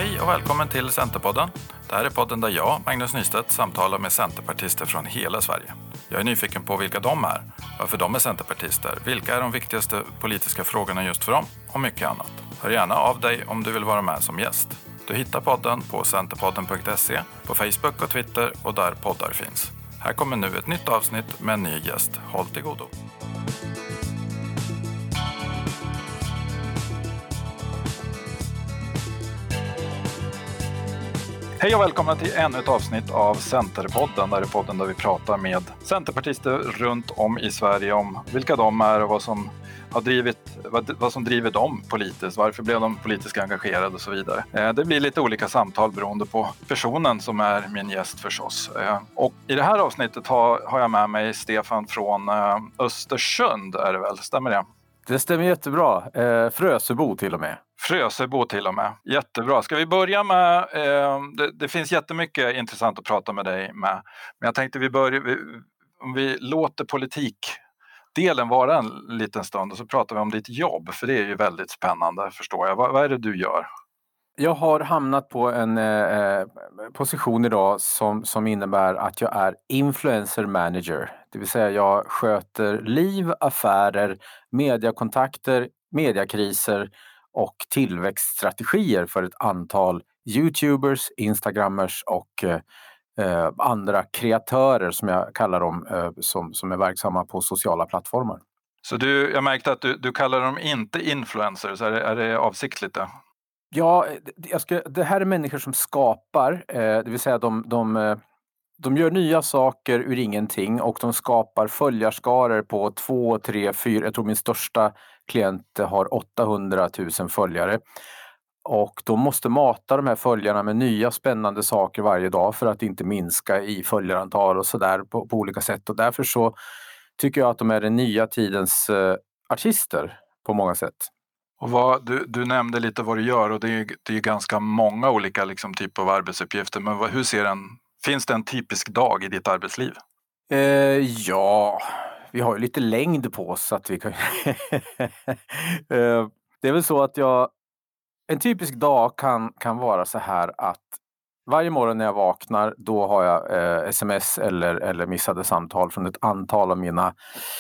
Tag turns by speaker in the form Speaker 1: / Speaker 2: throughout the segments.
Speaker 1: Hej och välkommen till Centerpodden. Det här är podden där jag, Magnus Nystedt, samtalar med centerpartister från hela Sverige. Jag är nyfiken på vilka de är, varför de är centerpartister, vilka är de viktigaste politiska frågorna just för dem och mycket annat. Hör gärna av dig om du vill vara med som gäst. Du hittar podden på centerpodden.se, på Facebook och Twitter och där poddar finns. Här kommer nu ett nytt avsnitt med en ny gäst. Håll till godo. Hej och välkomna till ännu ett avsnitt av Centerpodden. Det är podden där vi pratar med centerpartister runt om i Sverige om vilka de är och vad som driver dem politiskt. Varför blev de politiskt engagerade och så vidare. Det blir lite olika samtal beroende på personen som är min gäst förstås. Och i det här avsnittet har jag med mig Stefan från Östersund, är det väl? Stämmer det?
Speaker 2: Det stämmer jättebra. Frösebo till och med.
Speaker 1: Frösebo till och med. Jättebra. Ska vi börja med... Det finns jättemycket intressant att prata med dig med. Men jag tänkte om vi låter politikdelen vara en liten stund och så pratar vi om ditt jobb. För det är ju väldigt spännande, förstår jag. Vad är det du gör?
Speaker 2: Jag har hamnat på en position idag som innebär att jag är influencer manager. Det vill säga jag sköter liv, affärer, mediekontakter, mediekriser och tillväxtstrategier för ett antal YouTubers, Instagrammers och andra kreatörer som jag kallar dem som är verksamma på sociala plattformar.
Speaker 1: Så jag märkte att du kallar dem inte influencers, är det avsiktligt det?
Speaker 2: Ja, det här är människor som skapar, det vill säga de gör nya saker ur ingenting och de skapar följarskaror på 2, 3, 4, jag tror min största klient har 800 000 följare. Och de måste mata de här följarna med nya spännande saker varje dag för att inte minska i följarantal och sådär på olika sätt. Och därför så tycker jag att de är den nya tidens artister på många sätt.
Speaker 1: Och du nämnde lite vad du gör och det är ju ganska många olika typer av arbetsuppgifter. Men finns det en typisk dag i ditt arbetsliv?
Speaker 2: Ja, vi har ju lite längd på oss så att vi kan... Det är väl så att en typisk dag kan vara så här att varje morgon när jag vaknar då har jag sms eller missade samtal från ett antal av mina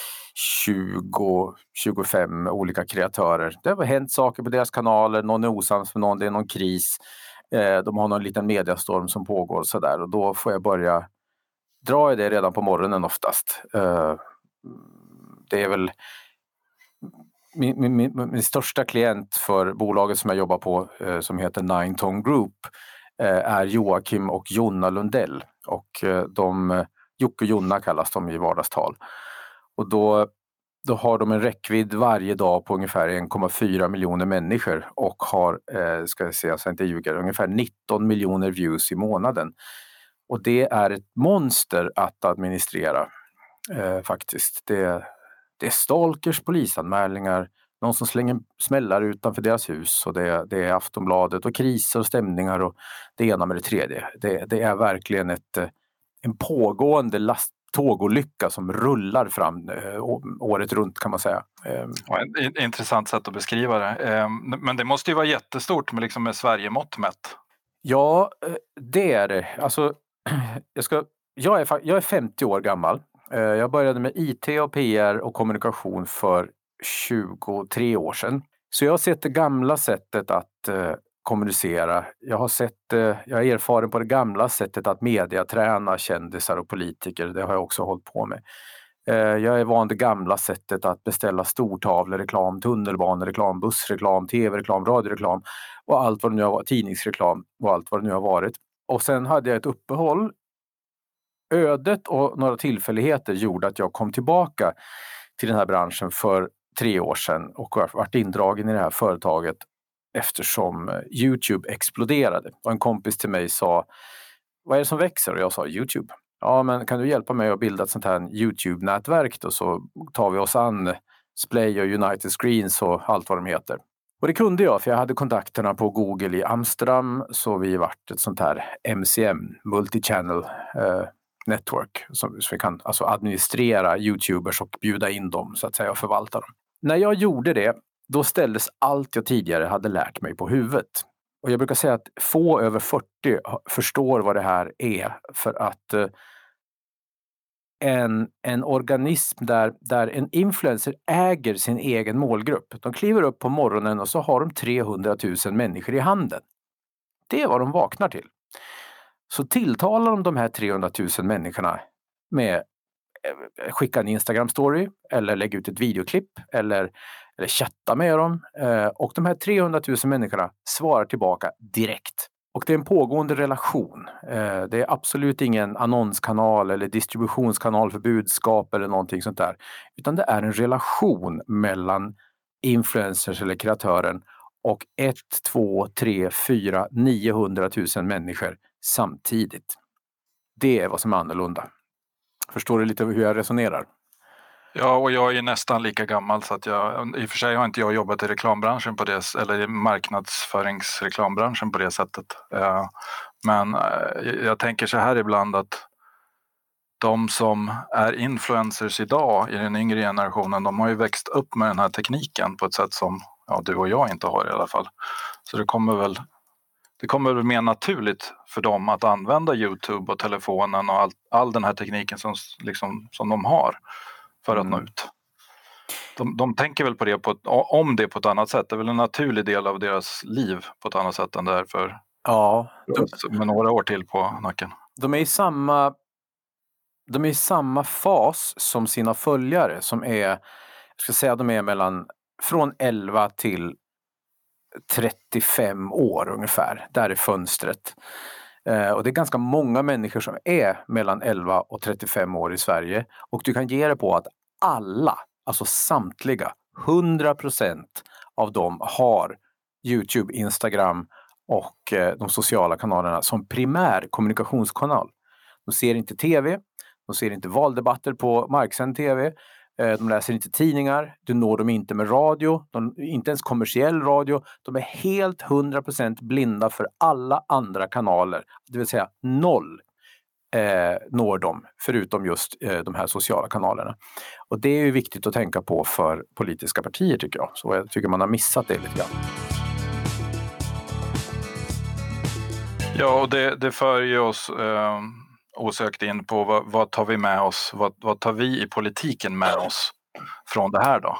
Speaker 2: 20-25 olika kreatörer. Det har hänt saker på deras kanaler, någon är osams med någon, det är någon kris. De har någon liten mediastorm som pågår och sådär och då får jag börja dra i det redan på morgonen oftast. Det är väl min största klient för bolaget som jag jobbar på som heter Nine Tone Group är Joakim och Jonna Lundell och Jocke och Jonna kallas de i vardagstal. Och då har de en räckvidd varje dag på ungefär 1,4 miljoner människor och har, ska jag säga så jag inte ljuger, ungefär 19 miljoner views i månaden. Och det är ett monster att administrera faktiskt. Det är stalkers, polisanmälningar, någon som slänger smällar utanför deras hus och det är Aftonbladet och kriser och stämningar och det ena med det tredje. Det är verkligen en pågående tågolycka som rullar fram året runt kan man säga.
Speaker 1: Ett intressant sätt att beskriva det. Men det måste ju vara jättestort med Sverige-mått mätt.
Speaker 2: Ja, det är det. Alltså, jag är 50 år gammal. Jag började med IT och PR och kommunikation för 23 år sedan. Så jag har sett det gamla sättet att kommunicera. Jag är erfaren på det gamla sättet att mediaträna kändisar och politiker. Det har jag också hållit på med. Jag är van det gamla sättet att beställa stortavlereklam, tunnelbanereklam, bussreklam, tv-reklam, radioreklam och allt vad det nu har varit, tidningsreklam och allt vad det nu har varit. Och sen hade jag ett uppehåll. Ödet och några tillfälligheter gjorde att jag kom tillbaka till den här branschen för 3 år sedan och varit indragen i det här företaget eftersom YouTube exploderade. Och en kompis till mig sa, vad är det som växer? Och jag sa YouTube. Ja, men kan du hjälpa mig att bilda ett sånt här YouTube-nätverk då, så tar vi oss an Splay och United Screens och allt vad de heter. Och det kunde jag för jag hade kontakterna på Google i Amsterdam så vi vart ett sånt här MCM, Multi-Channel Network, så vi kan alltså administrera YouTubers och bjuda in dem så att säga och förvalta dem. När jag gjorde det, då ställdes allt jag tidigare hade lärt mig på huvudet. Och jag brukar säga att få över 40 förstår vad det här är, för att en organism där en influencer äger sin egen målgrupp. De kliver upp på morgonen och så har de 300 000 människor i handen. Det är vad de vaknar till. Så tilltalar de här 300 000 människorna med skicka en Instagram-story eller lägga ut ett videoklipp eller chatta med dem. Och de här 300 000 människorna svarar tillbaka direkt. Och det är en pågående relation. Det är absolut ingen annonskanal eller distributionskanal för budskap eller någonting sånt där. Utan det är en relation mellan influencers eller kreatören och 1, 2, 3, 4, 900 000 människor samtidigt. Det är vad som är annorlunda. Förstår du lite hur jag resonerar?
Speaker 1: Ja, och jag är nästan lika gammal, så att i och för sig har inte jag jobbat i reklambranschen på det, eller i marknadsföringsreklambranschen på det sättet. Men jag tänker så här ibland att de som är influencers idag i den yngre generationen, de har ju växt upp med den här tekniken på ett sätt som du och jag inte har i alla fall. Så det kommer väl mer naturligt för dem att använda YouTube och telefonen och all den här tekniken som de har för att nå ut. De tänker väl på det om det på ett annat sätt. Det är väl en naturlig del av deras liv på ett annat sätt än det är för med några år till på nacken.
Speaker 2: De är i samma fas som sina följare som är, jag ska säga, de är från 11 till 35 år ungefär. Där är fönstret. Och det är ganska många människor som är mellan 11 och 35 år i Sverige. Och du kan ge det på att alla, alltså samtliga, 100% av dem har YouTube, Instagram och de sociala kanalerna som primär kommunikationskanal. De ser inte tv, de ser inte valdebatter på marksänd tv, de läser inte tidningar, du når dem inte med radio, inte ens kommersiell radio. De är helt 100% blinda för alla andra kanaler, det vill säga 0 når dem, förutom just de här sociala kanalerna. Och det är ju viktigt att tänka på för politiska partier, tycker jag. Så jag tycker man har missat det lite grann.
Speaker 1: Ja, och det för ju oss osökt in på vad tar vi med oss, vad tar vi i politiken med oss från det här då?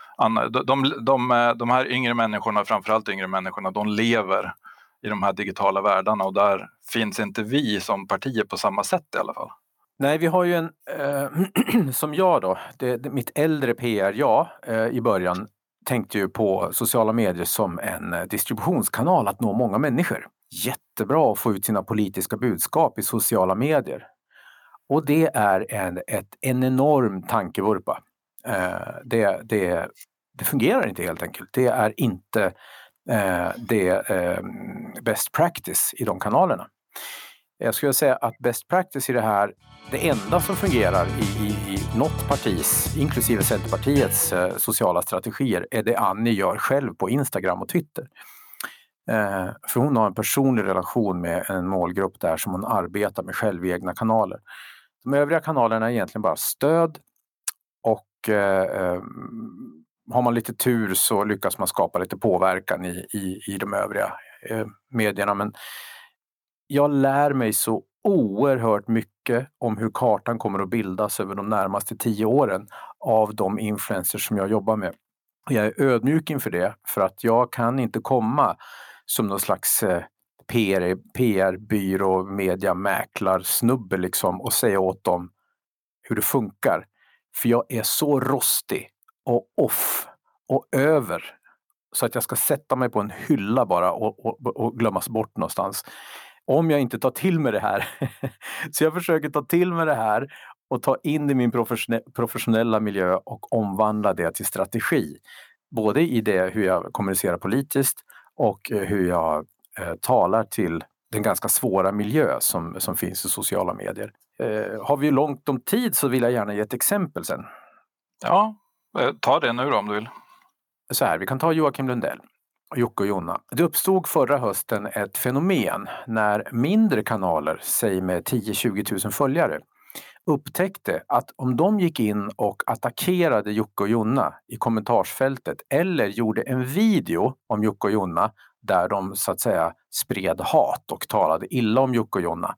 Speaker 1: De här yngre människorna, framförallt yngre människorna, de lever i de här digitala världarna och där finns inte vi som partier på samma sätt i alla fall.
Speaker 2: Nej, vi har ju som jag då, mitt äldre PR, i början tänkte ju på sociala medier som en distributionskanal att nå många människor. Jättebra att få ut sina politiska budskap i sociala medier. Och det är en enorm tankevurpa. Det fungerar inte helt enkelt. Det är inte best practice i de kanalerna. Jag skulle säga att best practice i det här, det enda som fungerar i något partis, inklusive Centerpartiets sociala strategier, är det Annie gör själv på Instagram och Twitter. För hon har en personlig relation med en målgrupp där som hon arbetar med själv i egna kanaler. De övriga kanalerna är egentligen bara stöd, och har man lite tur så lyckas man skapa lite påverkan i de övriga medierna. Men jag lär mig så oerhört mycket om hur kartan kommer att bildas över de närmaste 10 åren av de influencers som jag jobbar med. Och jag är ödmjuk inför det, för att jag kan inte komma som någon slags PR-byrå, mediamäklarsnubbe liksom, och säga åt dem hur det funkar. För jag är så rostig och off och över så att jag ska sätta mig på en hylla bara och glömmas bort någonstans. Om jag inte tar till mig det här. Så jag försöker ta till mig det här och ta in i min professionella miljö och omvandla det till strategi. Både i det hur jag kommunicerar politiskt och hur jag talar till den ganska svåra miljö som finns i sociala medier. Har vi långt om tid så vill jag gärna ge ett exempel sen.
Speaker 1: Ja, ta det nu då om du vill.
Speaker 2: Så här, vi kan ta Joakim Lundell och Jocke och Jonna. Det uppstod förra hösten ett fenomen när mindre kanaler, säg med 10-20 000 följare, upptäckte att om de gick in och attackerade Jocke och Jonna i kommentarsfältet eller gjorde en video om Jocke och Jonna, där de så att säga spred hat och talade illa om Jocke och Jonna.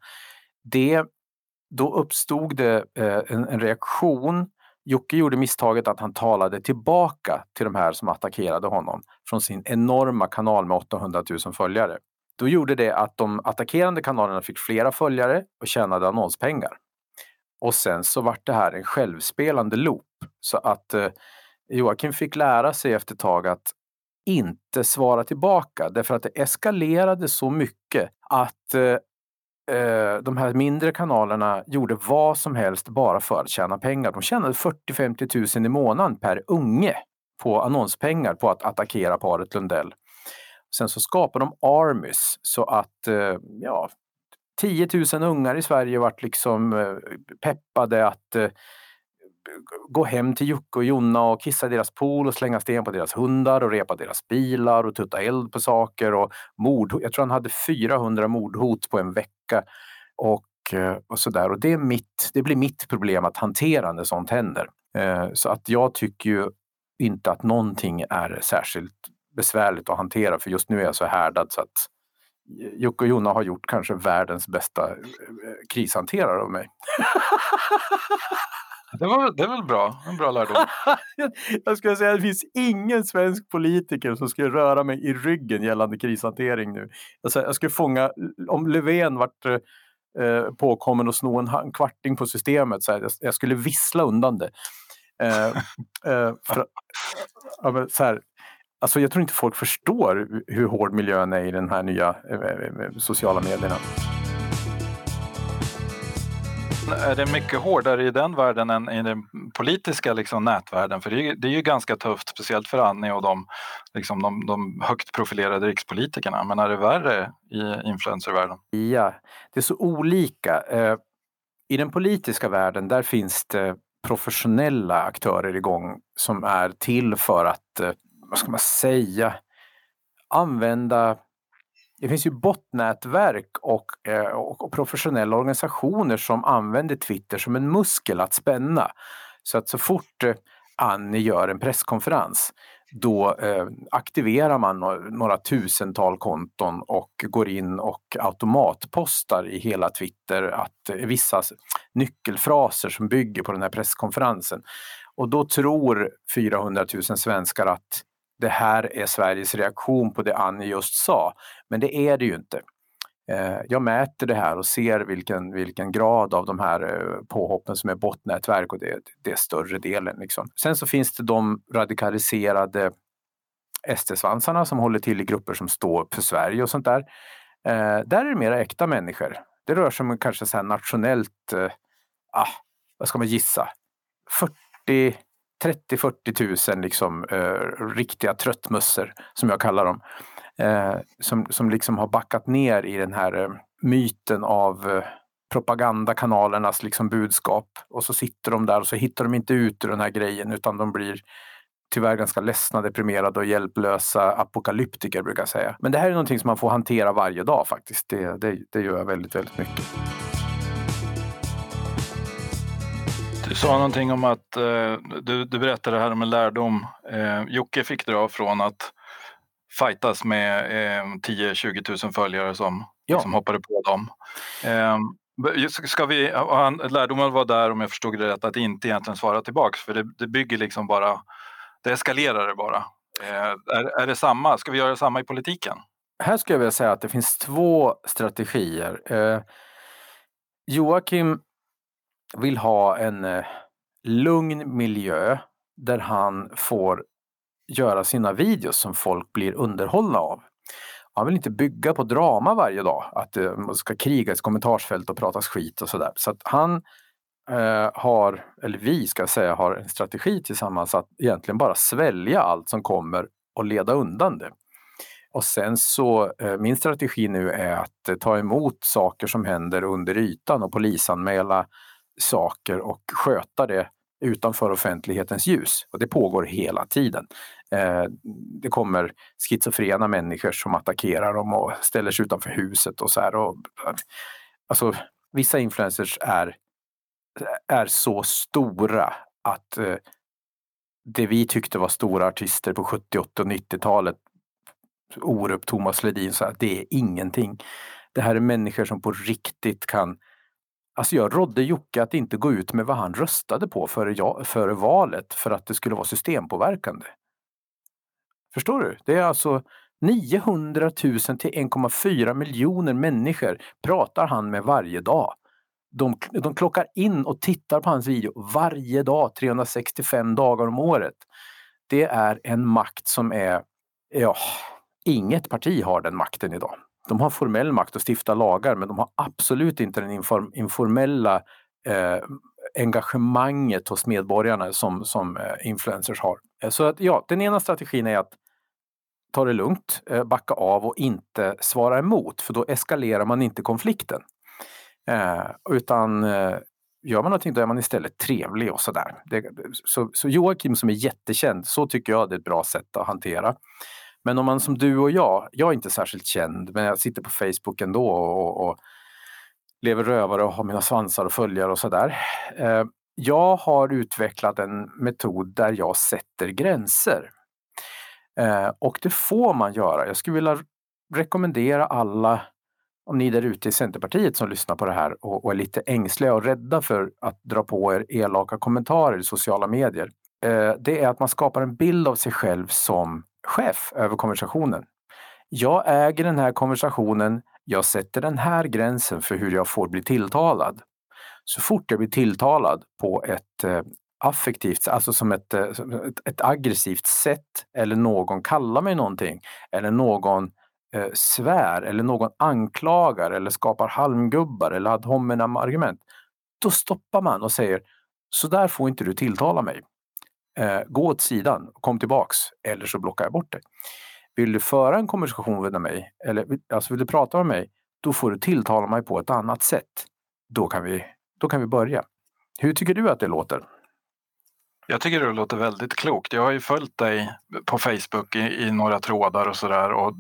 Speaker 2: Då uppstod det en reaktion. Jocke gjorde misstaget att han talade tillbaka till de här som attackerade honom från sin enorma kanal med 800 000 följare. Då gjorde det att de attackerande kanalerna fick flera följare och tjänade annonspengar. Och sen så var det här en självspelande loop. Så att Joakim fick lära sig efter ett tag att inte svara tillbaka. Därför att det eskalerade så mycket att de här mindre kanalerna gjorde vad som helst bara för att tjäna pengar. De tjänade 40-50 000 i månaden per unge på annonspengar på att attackera paret Lundell. Sen så skapade de armies så att 10 000 ungar i Sverige vart liksom peppade att gå hem till Jocke och Jonna och kissa i deras pool och slänga sten på deras hundar och repa deras bilar och tutta eld på saker och mord. Jag tror han hade 400 mordhot på en vecka och sådär. Och det blir mitt problem att hantera när sånt händer. Så att jag tycker ju inte att någonting är särskilt besvärligt att hantera, för just nu är jag så härdad så att Jocke och Jonna har gjort kanske världens bästa krishanterare av mig.
Speaker 1: Det är väl bra, en bra lärdom.
Speaker 2: Jag skulle säga att det finns ingen svensk politiker som skulle röra mig i ryggen gällande krishantering nu. Jag skulle fånga, om Löfven vart påkommen och sno en kvarting på systemet, så jag skulle vissla undan det. Alltså jag tror inte folk förstår hur hård miljön är i den här nya sociala medierna.
Speaker 1: Är det mycket hårdare i den världen än i den politiska liksom, nätvärlden? För det är ju ganska tufft, speciellt för Annie och de högt profilerade rikspolitikerna. Men är det värre i influencervärlden?
Speaker 2: Ja, det är så olika. I den politiska världen där finns det professionella aktörer igång som är till för att, vad ska man säga, använda. Det finns ju botnätverk och professionella organisationer som använder Twitter som en muskel att spänna. Så att så fort Annie gör en presskonferens, då aktiverar man några tusental konton och går in och automatpostar i hela Twitter att vissa nyckelfraser som bygger på den här presskonferensen. Och då tror 400 000 svenskar att det här är Sveriges reaktion på det Annie just sa. Men det är det ju inte. Jag mäter det här och ser vilken grad av de här påhoppen som är botnätverk, och det är större delen. Liksom. Sen så finns det de radikaliserade SD-svansarna som håller till i grupper som står för Sverige och sånt där. Där är det mera äkta människor. Det rör sig om kanske så här nationellt, vad ska man gissa? 30-40 000 liksom, riktiga tröttmössor som jag kallar dem. Som liksom har backat ner i den här myten av propagandakanalernas liksom budskap. Och så sitter de där och så hittar de inte ut ur den här grejen, utan de blir tyvärr ganska ledsna, deprimerade och hjälplösa apokalyptiker, brukar jag säga. Men det här är någonting som man får hantera varje dag faktiskt. Det gör jag väldigt, väldigt mycket.
Speaker 1: Du sa någonting om att du berättade här om en lärdom. Jocke fick dra från att fightas med 10-20 000 följare som hoppade på dem. Lärdomen var där, om jag förstod det rätt, att inte egentligen svara tillbaks, för det bygger liksom bara, det eskalerar det bara. Är det samma? Ska vi göra samma i politiken?
Speaker 2: Här skulle jag vilja säga att det finns två strategier. Joakim vill ha en lugn miljö där han får göra sina videos som folk blir underhållna av. Han vill inte bygga på drama varje dag, att man ska kriga i ett kommentarsfält och pratas skit och sådär. Så att han har en strategi tillsammans att egentligen bara svälja allt som kommer och leda undan det. Och sen så, min strategi nu är att ta emot saker som händer under ytan och polisanmäla saker och sköta det utanför offentlighetens ljus. Och det pågår hela tiden. Det kommer schizofrena människor som attackerar dem och ställer sig utanför huset och så här. Alltså, vissa influencers är så stora att det vi tyckte var stora artister på 70, 80 och 90-talet Orup, Thomas Ledin, så att det är ingenting. Det här är människor som på riktigt kan... Alltså jag rådde Jocke att inte gå ut med vad han röstade på före valet för att det skulle vara systempåverkande. Förstår du? Det är alltså 900 000 till 1,4 miljoner människor pratar han med varje dag. De klockar in och tittar på hans video varje dag, 365 dagar om året. Det är en makt som är... Ja, inget parti har den makten idag. De har formell makt att stifta lagar, men de har absolut inte den informella engagemanget hos medborgarna som influencers har. Så att ja, den ena strategin är att ta det lugnt, backa av och inte svara emot, för då eskalerar man inte konflikten. Utan gör man någonting, då är man istället trevlig och sådär. Så Joakim som är jättekänd, så tycker jag det är ett bra sätt att hantera. Men om man som du och jag är inte särskilt känd, men jag sitter på Facebook ändå och lever rövare och har mina svansar och följare och sådär. Jag har utvecklat en metod där jag sätter gränser. Och det får man göra. Jag skulle vilja rekommendera alla, om ni där ute i Centerpartiet som lyssnar på det här och är lite ängsliga och rädda för att dra på er elaka kommentarer i sociala medier. Det är att man skapar en bild av sig själv som chef över konversationen. Jag äger den här konversationen, jag sätter den här gränsen för hur jag får bli tilltalad. Så fort jag blir tilltalad på ett affektivt, alltså som ett aggressivt sätt, eller någon kallar mig någonting, eller någon svär, eller någon anklagar, eller skapar halmgubbar, eller ad hominem argument, då stoppar man och säger, så där får inte du tilltala mig. Gå åt sidan, kom tillbaks, eller så blockar jag bort dig. Vill du föra en konversation med mig, eller alltså vill du prata med mig, då får du tilltala mig på ett annat sätt. Då kan vi börja. Hur tycker du att det låter?
Speaker 1: Jag tycker det låter väldigt klokt. Jag har ju följt dig på Facebook i några trådar och sådär, och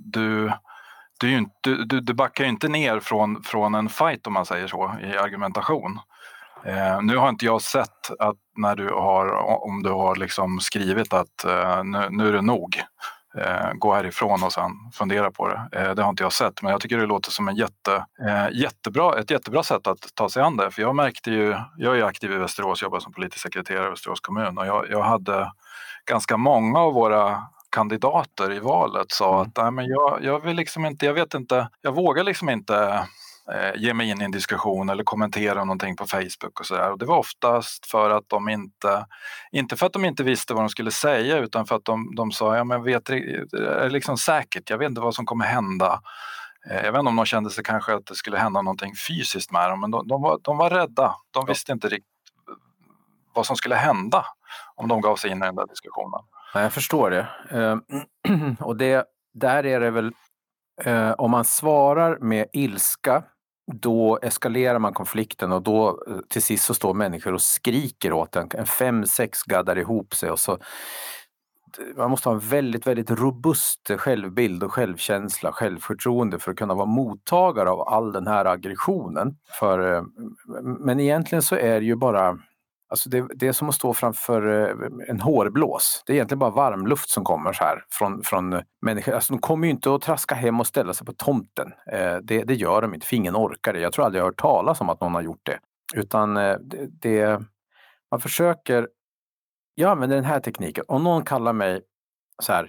Speaker 1: du backar ju inte ner från en fight, om man säger så, i argumentation. Nu har inte jag sett att om du har liksom skrivit att nu är det nog, gå härifrån och sen fundera på det. Det har inte jag sett, men jag tycker det låter som ett jättebra sätt att ta sig an det. För jag märkte ju, jag är aktiv i Västerås, jobbar som politisk sekreterare i Västerås kommun, och jag hade ganska många av våra kandidater i valet sa att nej, men jag vill liksom inte, jag vet inte, jag vågar liksom inte ge mig in i en diskussion eller kommentera någonting på Facebook och sådär. Och det var oftast för att de inte för att de inte visste vad de skulle säga, utan för att de sa, ja men vet det liksom säkert, jag vet inte vad som kommer hända. Jag vet inte om de kände sig kanske att det skulle hända någonting fysiskt med dem, men de var rädda. De visste inte riktigt vad som skulle hända om de gav sig in i den där diskussionen.
Speaker 2: Ja, jag förstår det. Och där är det väl, om man svarar med ilska, då eskalerar man konflikten, och då till sist så står människor och skriker åt en 5-6 gaddar ihop sig, och så man måste ha en väldigt, väldigt robust självbild och självkänsla, självförtroende för att kunna vara mottagare av all den här aggressionen. Men egentligen så är det ju bara, alltså det är som att stå framför en hårblås. Det är egentligen bara varmluft som kommer så här från människor. Alltså de kommer ju inte att traska hem och ställa sig på tomten. Det gör de inte, för ingen orkar det. Jag tror aldrig jag har hört talas om att någon har gjort det. Utan man försöker, jag använder den här tekniken. Om någon kallar mig så här,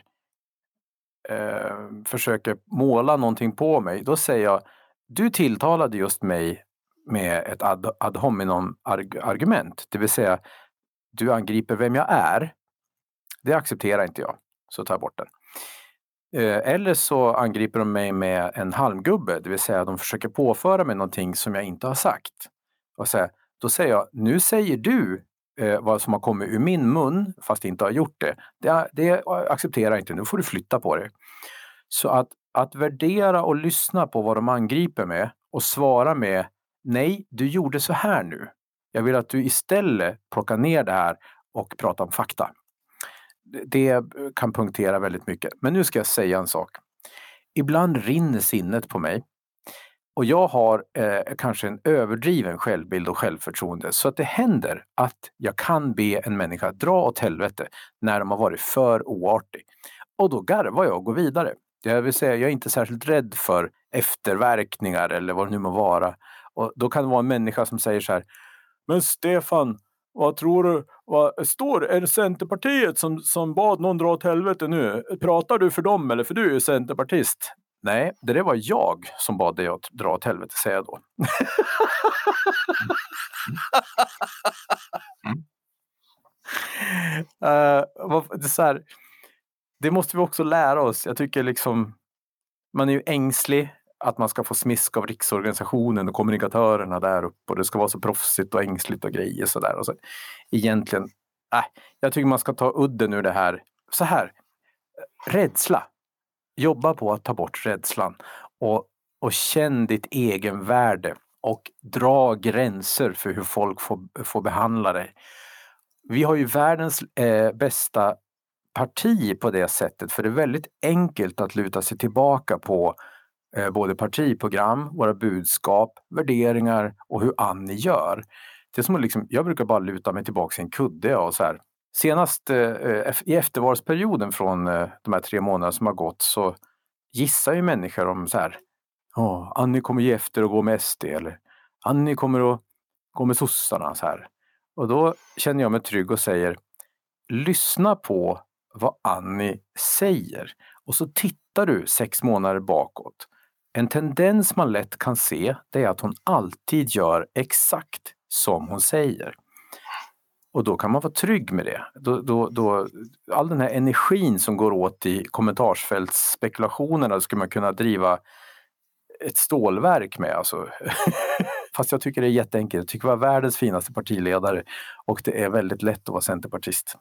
Speaker 2: försöker måla någonting på mig, då säger jag, du tilltalade just mig med ett ad hominem argument, det vill säga du angriper vem jag är. Det accepterar inte jag, så tar jag bort den. Eller så angriper de mig med en halmgubbe, det vill säga de försöker påföra mig någonting som jag inte har sagt. Och då säger jag, nu säger du vad som har kommit ur min mun fast inte har gjort det. Det accepterar jag inte, nu får du flytta på det. Så att värdera och lyssna på vad de angriper med och svara med, nej, du gjorde så här nu. Jag vill att du istället plockar ner det här och pratar om fakta. Det kan punktera väldigt mycket. Men nu ska jag säga en sak. Ibland rinner sinnet på mig. Och jag har kanske en överdriven självbild och självförtroende. Så att det händer att jag kan be en människa dra åt helvete när de har varit för oartig. Och då garvar jag och går vidare. Jag vill säga, jag är inte särskilt rädd för efterverkningar eller vad det nu må vara. Och då kan det vara en människa som säger så här: men Stefan, vad tror du? Är det Centerpartiet som bad någon dra åt helvete nu? Pratar du för dem eller? För du är ju centerpartist. Nej, det var jag som bad dig att dra åt helvete, säger jag då. Det är så här, det måste vi också lära oss. Jag tycker liksom, man är ju ängslig att man ska få smisk av riksorganisationen och kommunikatörerna där uppe, och det ska vara så proffsigt och ängsligt och grejer så där. Och så, egentligen, jag tycker man ska ta udden ur det här. Så här, rädsla. Jobba på att ta bort rädslan och känn ditt egenvärde och dra gränser för hur folk får behandla dig. Vi har ju världens bästa parti på det sättet, för det är väldigt enkelt att luta sig tillbaka på både partiprogram, våra budskap, värderingar och hur Annie gör. Det är som att liksom, jag brukar bara luta mig tillbaka i en kudde och så här. Senast i eftervalsperioden från de här 3 månaderna som har gått, så gissar ju människor om så här: Annie kommer ge efter och gå med SD, eller Annie kommer att gå med sossarna så här. Och då känner jag mig trygg och säger: lyssna på vad Annie säger, och så tittar du 6 månader bakåt. En tendens man lätt kan se, det är att hon alltid gör exakt som hon säger. Och då kan man vara trygg med det. Då, all den här energin som går åt i kommentarsfältsspekulationerna skulle man kunna driva ett stålverk med. Alltså. Fast jag tycker det är jätteenkelt. Jag tycker jag var världens finaste partiledare, och det är väldigt lätt att vara centerpartist.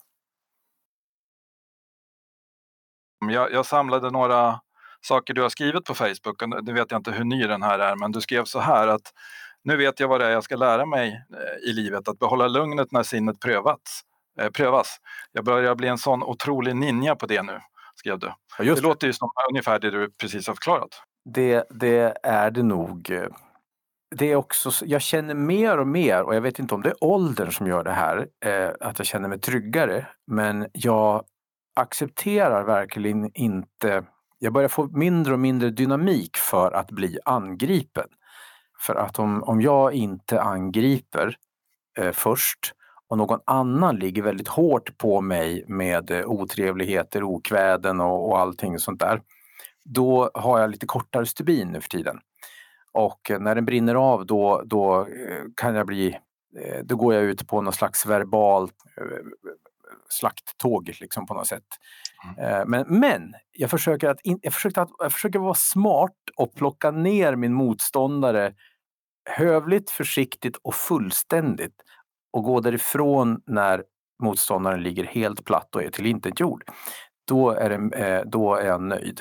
Speaker 1: Jag samlade några saker du har skrivit på Facebook, och nu vet jag inte hur ny den här är, men du skrev så här att nu vet jag vad det är jag ska lära mig i livet, att behålla lugnet när sinnet prövas. Jag börjar bli en sån otrolig ninja på det nu, skrev du. Ja, det låter ju som ungefär det du precis har förklarat.
Speaker 2: Det är det nog. Det är också, jag känner mer och mer, och jag vet inte om det är åldern som gör det här, att jag känner mig tryggare, men jag accepterar verkligen inte, jag börjar få mindre och mindre dynamik för att bli angripen. För att om jag inte angriper först, och någon annan ligger väldigt hårt på mig med otrevligheter, okväden och allting sånt där, då har jag lite kortare stubin nu för tiden. Och när den brinner av, då kan jag bli, då går jag ut på någon slags verbalt slakttåg liksom på något sätt. Men jag försöker vara smart och plocka ner min motståndare hövligt, försiktigt och fullständigt, och gå därifrån när motståndaren ligger helt platt och är tillintetgjord. Då är jag nöjd.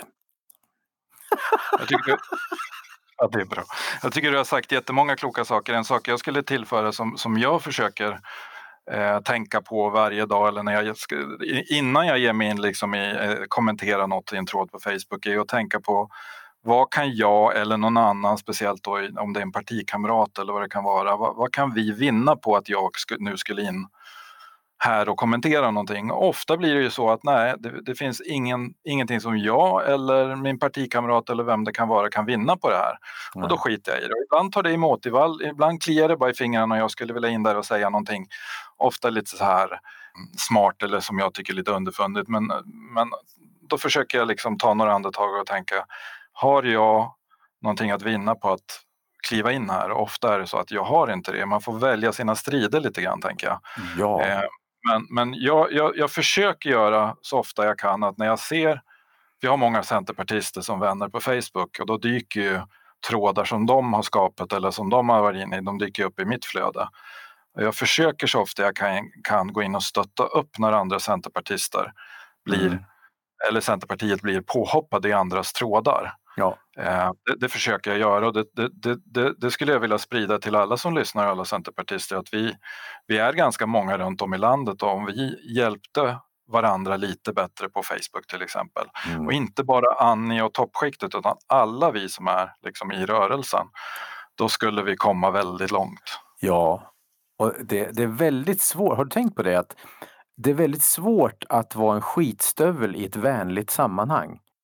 Speaker 1: Ja, det är bra. Jag tycker du har sagt jättemånga kloka saker. En sak jag skulle tillföra som jag försöker tänka på varje dag, eller innan jag ger mig in liksom kommentera något i en tråd på Facebook, är att tänka på vad kan jag eller någon annan, speciellt då om det är en partikamrat eller vad det kan vara, vad kan vi vinna på att jag nu skulle in här och kommentera någonting. Ofta blir det ju så att nej, det finns ingenting som jag eller min partikamrat eller vem det kan vara kan vinna på det här. Nej. Och då skiter jag i det. Ibland tar det emot, ibland kliar det bara i fingrarna och jag skulle vilja in där och säga någonting. Ofta lite så här smart eller som jag tycker lite underfundigt. Men då försöker jag liksom ta några andetag och tänka, har jag någonting att vinna på att kliva in här? Ofta är det så att jag har inte det. Man får välja sina strider lite grann, tänker jag.
Speaker 2: Ja.
Speaker 1: Men jag försöker göra så ofta jag kan att när jag ser, vi har många centerpartister som vänner på Facebook, och då dyker ju trådar som de har skapat eller som de har varit inne i, de dyker upp i mitt flöde. Och jag försöker så ofta jag kan gå in och stötta upp när andra centerpartister eller Centerpartiet blir påhoppade i andras trådar.
Speaker 2: Ja.
Speaker 1: Det försöker jag göra, och det skulle jag vilja sprida till alla som lyssnar, alla centerpartister, att vi är ganska många runt om i landet, och om vi hjälpte varandra lite bättre på Facebook till exempel, och inte bara Annie och toppskiktet utan alla vi som är liksom i rörelsen, då skulle vi komma väldigt långt.
Speaker 2: Ja, och det är väldigt svårt, har du tänkt på det, att det är väldigt svårt att vara en skitstövel i ett vänligt sammanhang.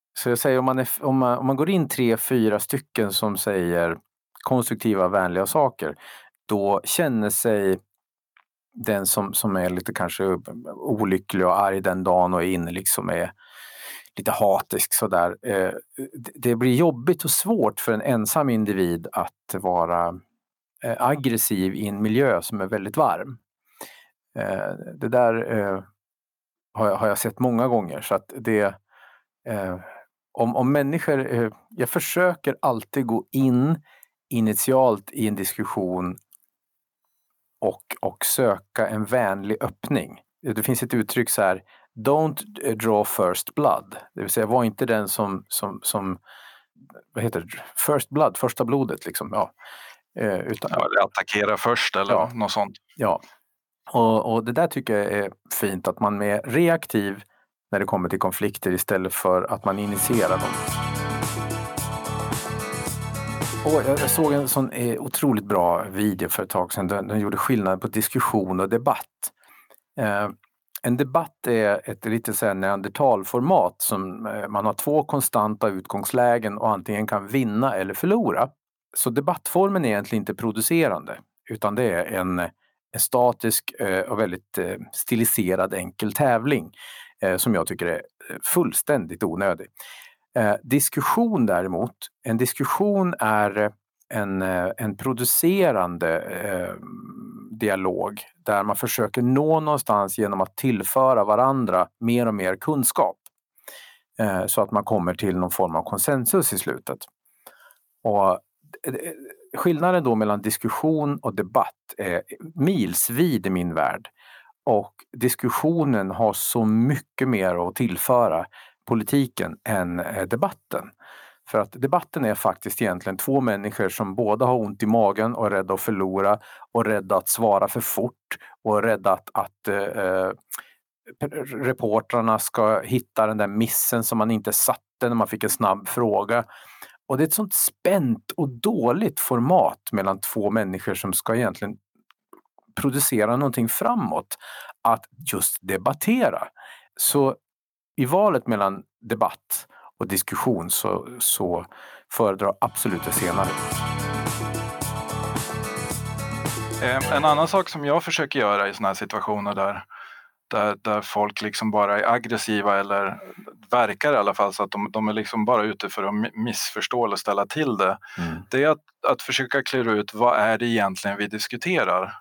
Speaker 2: Så jag säger om man går in 3-4 stycken som säger konstruktiva, vänliga saker, då känner sig den som är lite kanske olycklig och arg den dagen och är inne liksom är lite hatisk sådär. Det blir jobbigt och svårt för en ensam individ att vara aggressiv i en miljö som är väldigt varm. Det där har jag sett många gånger, så att det om människor, jag försöker alltid gå in initialt i en diskussion och söka en vänlig öppning. Det finns ett uttryck så här: don't draw first blood. Det vill säga, var inte den som vad heter det? First blood, första blodet liksom. Ja.
Speaker 1: Utan, attackera först eller något sånt.
Speaker 2: Ja, och det där tycker jag är fint, att man är reaktiv när det kommer till konflikter istället för att man initierar dem. Och jag såg en sån otroligt bra video för ett tag sedan. Den gjorde skillnad på diskussion och debatt. En debatt är ett lite så här neandertalformat som man har 2 konstanta utgångslägen och antingen kan vinna eller förlora. Så debattformen är egentligen inte producerande, utan det är en statisk och väldigt stiliserad enkel tävling som jag tycker är fullständigt onödig. Diskussion däremot, en diskussion är en producerande dialog där man försöker nå någonstans genom att tillföra varandra mer och mer kunskap så att man kommer till någon form av konsensus i slutet. Och skillnaden då mellan diskussion och debatt är milsvid i min värld, och diskussionen har så mycket mer att tillföra politiken än debatten. För att debatten är faktiskt egentligen 2 människor som båda har ont i magen och är rädda att förlora och rädda att svara för fort och är rädda att reportrarna ska hitta den där missen som man inte satte när man fick en snabb fråga. Och det är ett sånt spänt och dåligt format mellan 2 människor som ska egentligen producera någonting framåt, att just debattera. Så i valet mellan debatt och diskussion så föredrar absolut det senare.
Speaker 1: En annan sak som jag försöker göra i såna här situationer där folk liksom bara är aggressiva eller verkar i alla fall så att de är liksom bara ute för att missförstå eller ställa till det. Det är att försöka klura ut vad är det egentligen vi diskuterar.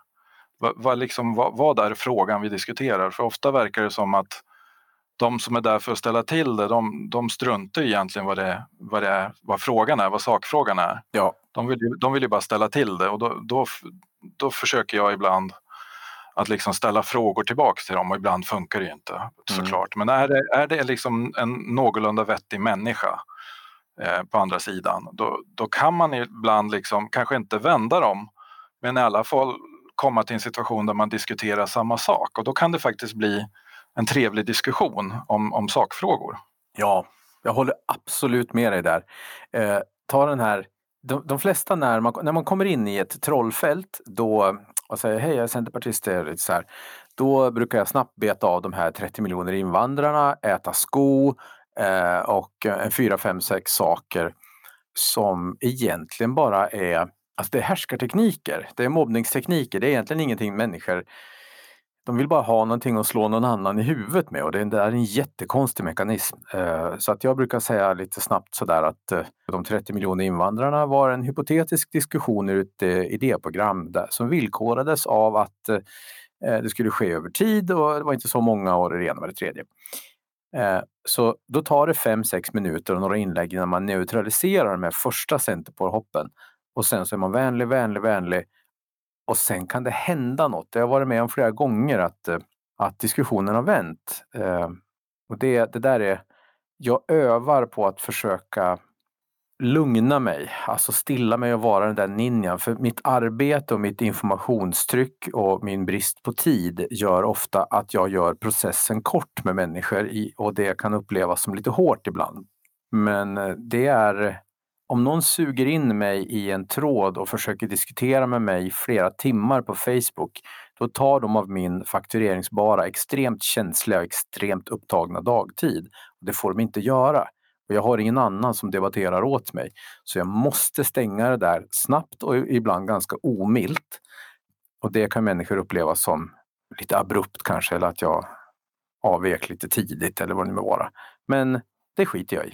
Speaker 1: Vad är frågan vi diskuterar? För ofta verkar det som att de som är där för att ställa till det, de struntar egentligen vad frågan är, vad sakfrågan är.
Speaker 2: Ja.
Speaker 1: De vill ju bara ställa till det, och då försöker jag ibland att liksom ställa frågor tillbaka till dem, och ibland funkar det ju inte såklart. Men är det liksom en någorlunda vettig människa på andra sidan, då kan man ibland liksom kanske inte vända dem, men i alla fall komma till en situation där man diskuterar samma sak, och då kan det faktiskt bli en trevlig diskussion om sakfrågor.
Speaker 2: Ja, jag håller absolut med dig där. Ta den här, de flesta när man kommer in i ett trollfält då och säger hej, jag är centerpartist, så här, då brukar jag snabbt beta av de här 30 miljoner invandrarna, äta sko och 4, 5, 6 saker som egentligen bara är, alltså det är härskartekniker, det är mobbningstekniker, det är egentligen ingenting människor, de vill bara ha någonting att slå någon annan i huvudet med, och det är en jättekonstig mekanism. Så att jag brukar säga lite snabbt sådär att de 30 miljoner invandrarna var en hypotetisk diskussion ur ett idéprogram som villkorades av att det skulle ske över tid, och det var inte så många år i det ena med det tredje. Så då tar det 5-6 minuter och några inlägg innan man neutraliserar de här första centerpåhoppen, och sen så är man vänlig. Och sen kan det hända något. Jag har varit med om flera gånger att diskussionen har vänt. Och det där är, jag övar på att försöka lugna mig, alltså stilla mig och vara den där ninjan. För mitt arbete och mitt informationstryck och min brist på tid gör ofta att jag gör processen kort med människor och det kan upplevas som lite hårt ibland. Men det är, om någon suger in mig i en tråd och försöker diskutera med mig i flera timmar på Facebook, då tar de av min faktureringsbara, extremt känsliga och extremt upptagna dagtid. Det får de inte göra. Och jag har ingen annan som debatterar åt mig. Så jag måste stänga det där snabbt och ibland ganska omilt. Och det kan människor uppleva som lite abrupt kanske, eller att jag avvek lite tidigt eller vad det nu må vara. Men det skiter jag i.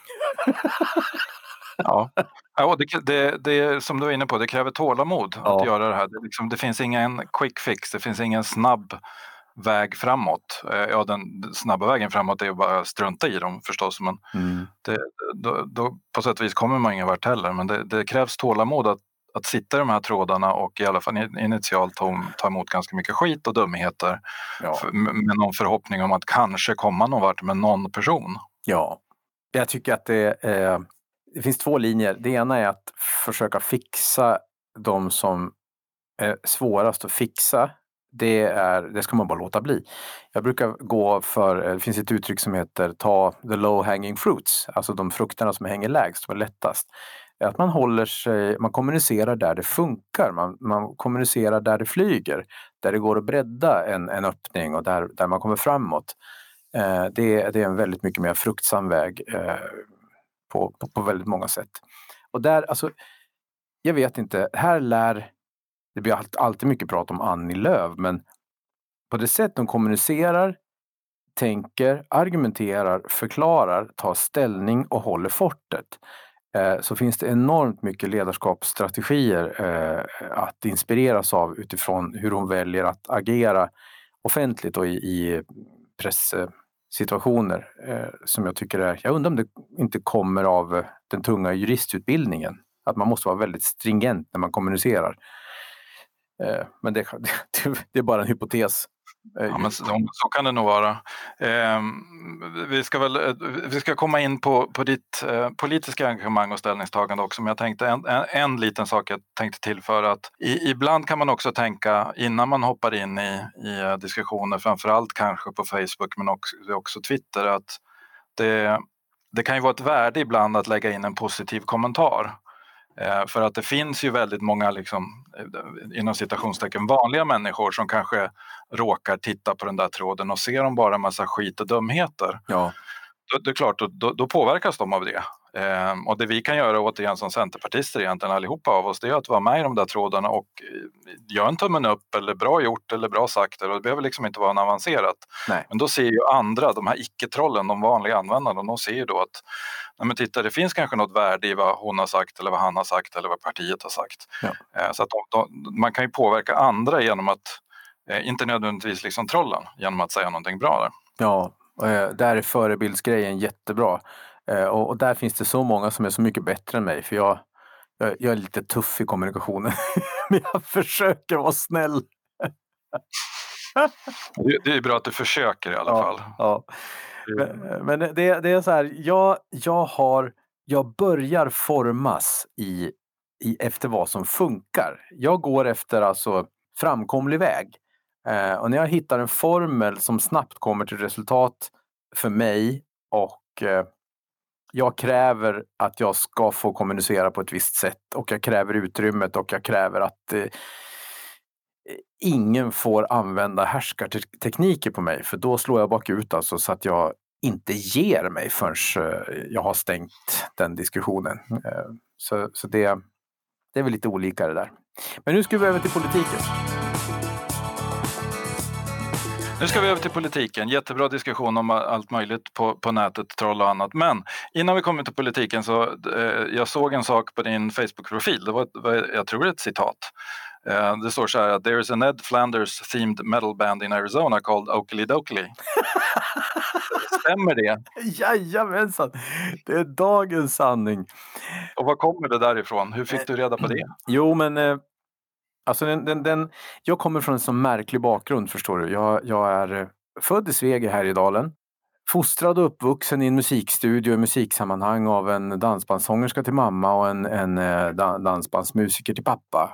Speaker 1: Ja, och det som du är inne på, det kräver tålamod att göra det här. Det finns ingen quick fix, det finns ingen snabb väg framåt. Ja, den snabba vägen framåt är att bara strunta i dem förstås, men då på sätt och vis kommer man ingen vart heller. Men det krävs tålamod att sitta i de här trådarna och i alla fall initialt ta emot ganska mycket skit och dumheter med någon förhoppning om att kanske komma någon vart med någon person.
Speaker 2: Ja, jag tycker att det finns två linjer. Det ena är att försöka fixa de som är svårast att fixa. Det ska man bara låta bli. Jag brukar gå för, det finns ett uttryck som heter ta the low hanging fruits, alltså de frukterna som hänger lägst, som är lättast. Att man håller sig, man kommunicerar där det funkar, man kommunicerar där det flyger, där det går att bredda en öppning och där man kommer framåt. Det är en väldigt mycket mer fruktsam väg på väldigt många sätt. Och där, alltså, jag vet inte, det blir alltid mycket prat om Annie Lööf, men på det sätt de kommunicerar, tänker, argumenterar, förklarar, tar ställning och håller fortet, så finns det enormt mycket ledarskapsstrategier att inspireras av utifrån hur hon väljer att agera offentligt och i presssituationer som jag tycker jag undrar om det inte kommer av den tunga juristutbildningen. Att man måste vara väldigt stringent när man kommunicerar. Men det är bara en hypotes.
Speaker 1: Ja, men så kan det nog vara. Vi ska komma in på ditt politiska engagemang och ställningstagande också, men jag tänkte en liten sak jag tänkte tillföra, att ibland kan man också tänka innan man hoppar in i diskussioner, framförallt kanske på Facebook men också Twitter, att det kan ju vara ett värde ibland att lägga in en positiv kommentar. För att det finns ju väldigt många inom citationstecken vanliga människor som kanske råkar titta på den där tråden och ser de bara en massa skit och dumheter.
Speaker 2: Ja.
Speaker 1: Det är klart, då påverkas de av det. Och det vi kan göra återigen som centerpartister egentligen allihopa av oss, det är att vara med i de där trådarna och göra en tummen upp eller bra gjort eller bra sagt. Och det behöver inte vara en avancerat.
Speaker 2: Nej.
Speaker 1: Men då ser ju andra, de här icke-trollen, de vanliga användarna, de ser ju då att men titta, det finns kanske något värde i vad hon har sagt eller vad han har sagt eller vad partiet har sagt. Ja. Så att man kan ju påverka andra genom att, inte nödvändigtvis trollen, genom att säga någonting bra där.
Speaker 2: Ja, där är förebildsgrejen jättebra. Och där finns det så många som är så mycket bättre än mig, för jag är lite tuff i kommunikationen. Men jag försöker vara snäll.
Speaker 1: Det är bra att du försöker i alla fall.
Speaker 2: Ja. Men det är så här, jag börjar formas efter vad som funkar. Jag går efter framkomlig väg. Och när jag hittar en formel som snabbt kommer till resultat för mig och jag kräver att jag ska få kommunicera på ett visst sätt och jag kräver utrymmet och jag kräver att ingen får använda härskartekniker på mig, för då slår jag bakut så att jag inte ger mig förrän jag har stängt den diskussionen. Så det är väl lite olika det där. Men nu ska vi över till politiken.
Speaker 1: Nu ska vi över till politiken. Jättebra diskussion om allt möjligt på nätet, troll och annat. Men innan vi kommer till politiken så jag såg en sak på din Facebook-profil. Det var jag tror ett citat. Det står så här: "There is a Ned Flanders themed metal band in Arizona called Oakley Dokley." Stämmer det?
Speaker 2: Jajamensan, det är dagens sanning.
Speaker 1: Och vad kommer det därifrån? Hur fick du reda på det?
Speaker 2: Jo, men jag kommer från en så märklig bakgrund, förstår du. Jag är född i Sveg i Härjedalen. Fostrad och uppvuxen i en musikstudio i musiksammanhang av en dansbandssångerska till mamma och en dansbandsmusiker till pappa.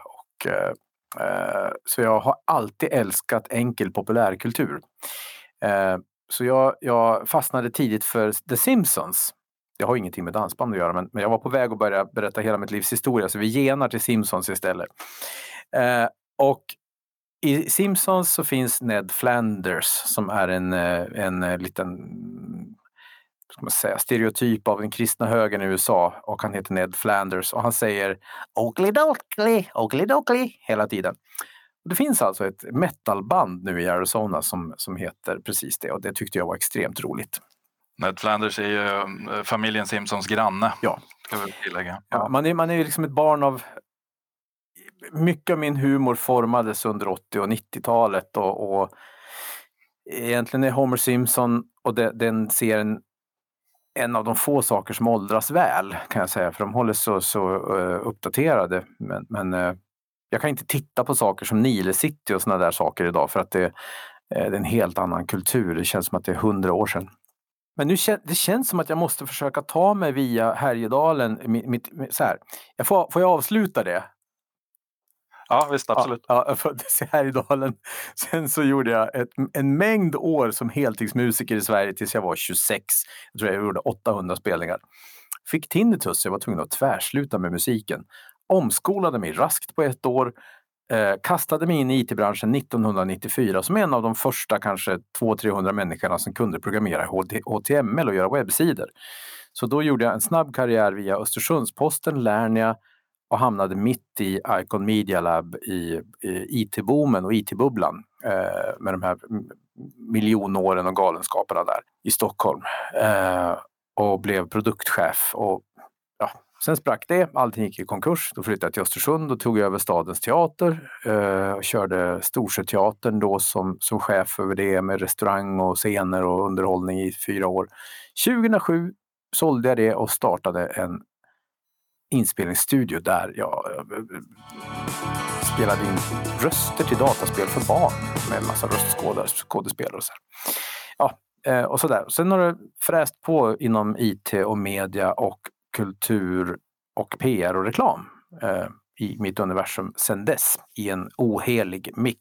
Speaker 2: Så jag har alltid älskat enkel populärkultur. Så jag fastnade tidigt för The Simpsons. Jag har ingenting med dansband att göra, men jag var på väg att börja berätta hela mitt livs historia, så vi genar till Simpsons istället. Och i Simpsons så finns Ned Flanders som är en liten ska man säga, stereotyp av den kristna högern i USA, och han heter Ned Flanders och han säger Oakley dokley hela tiden. Det finns alltså ett metalband nu i Arizona som heter precis det, och det tyckte jag var extremt roligt.
Speaker 1: Ned Flanders är ju familjen Simpsons granne.
Speaker 2: Ja.
Speaker 1: Ska vi tillägga.
Speaker 2: Ja, man är ju liksom ett barn av... Mycket av min humor formades under 80- och 90-talet och egentligen är Homer Simpson och den serien en av de få saker som åldras väl, kan jag säga, för de håller så uppdaterade. Men jag kan inte titta på saker som Nile City och såna där saker idag, för att det är en helt annan kultur. Det känns som att det är 100 år sedan. Men nu det känns som att jag måste försöka ta mig via Härjedalen. Så här. Får jag avsluta det?
Speaker 1: Ja, visst, absolut.
Speaker 2: Ja, jag föddes i Härjedalen. Sen så gjorde jag en mängd år som heltidsmusiker i Sverige tills jag var 26. Jag tror jag gjorde 800 spelningar. Fick tinnitus, så jag var tvungen att tvärsluta med musiken. Omskolade mig raskt på 1 år. Kastade mig in i IT-branschen 1994 som en av de första kanske 200-300 människorna som kunde programmera HTML och göra webbsidor. Så då gjorde jag en snabb karriär via Östersunds-Posten, Lernia, och hamnade mitt i Icon Media Lab i IT-boomen och IT-bubblan med de här miljonåren och galenskaperna där i Stockholm. Och blev produktchef. Och ja, sen sprack det, allting gick i konkurs. Då flyttade jag till Östersund och tog över Stadens teater. Och körde Storsjöteatern då som chef över det, med restaurang och scener och underhållning i 4 år. 2007 sålde jag det och startade en inspelningsstudio där jag spelade in röster till dataspel för barn med en massa röstskådespelare och så här. Ja, och sådär. Sen har det fräst på inom IT och media och kultur och PR och reklam i mitt universum sen dess, i en ohelig mix.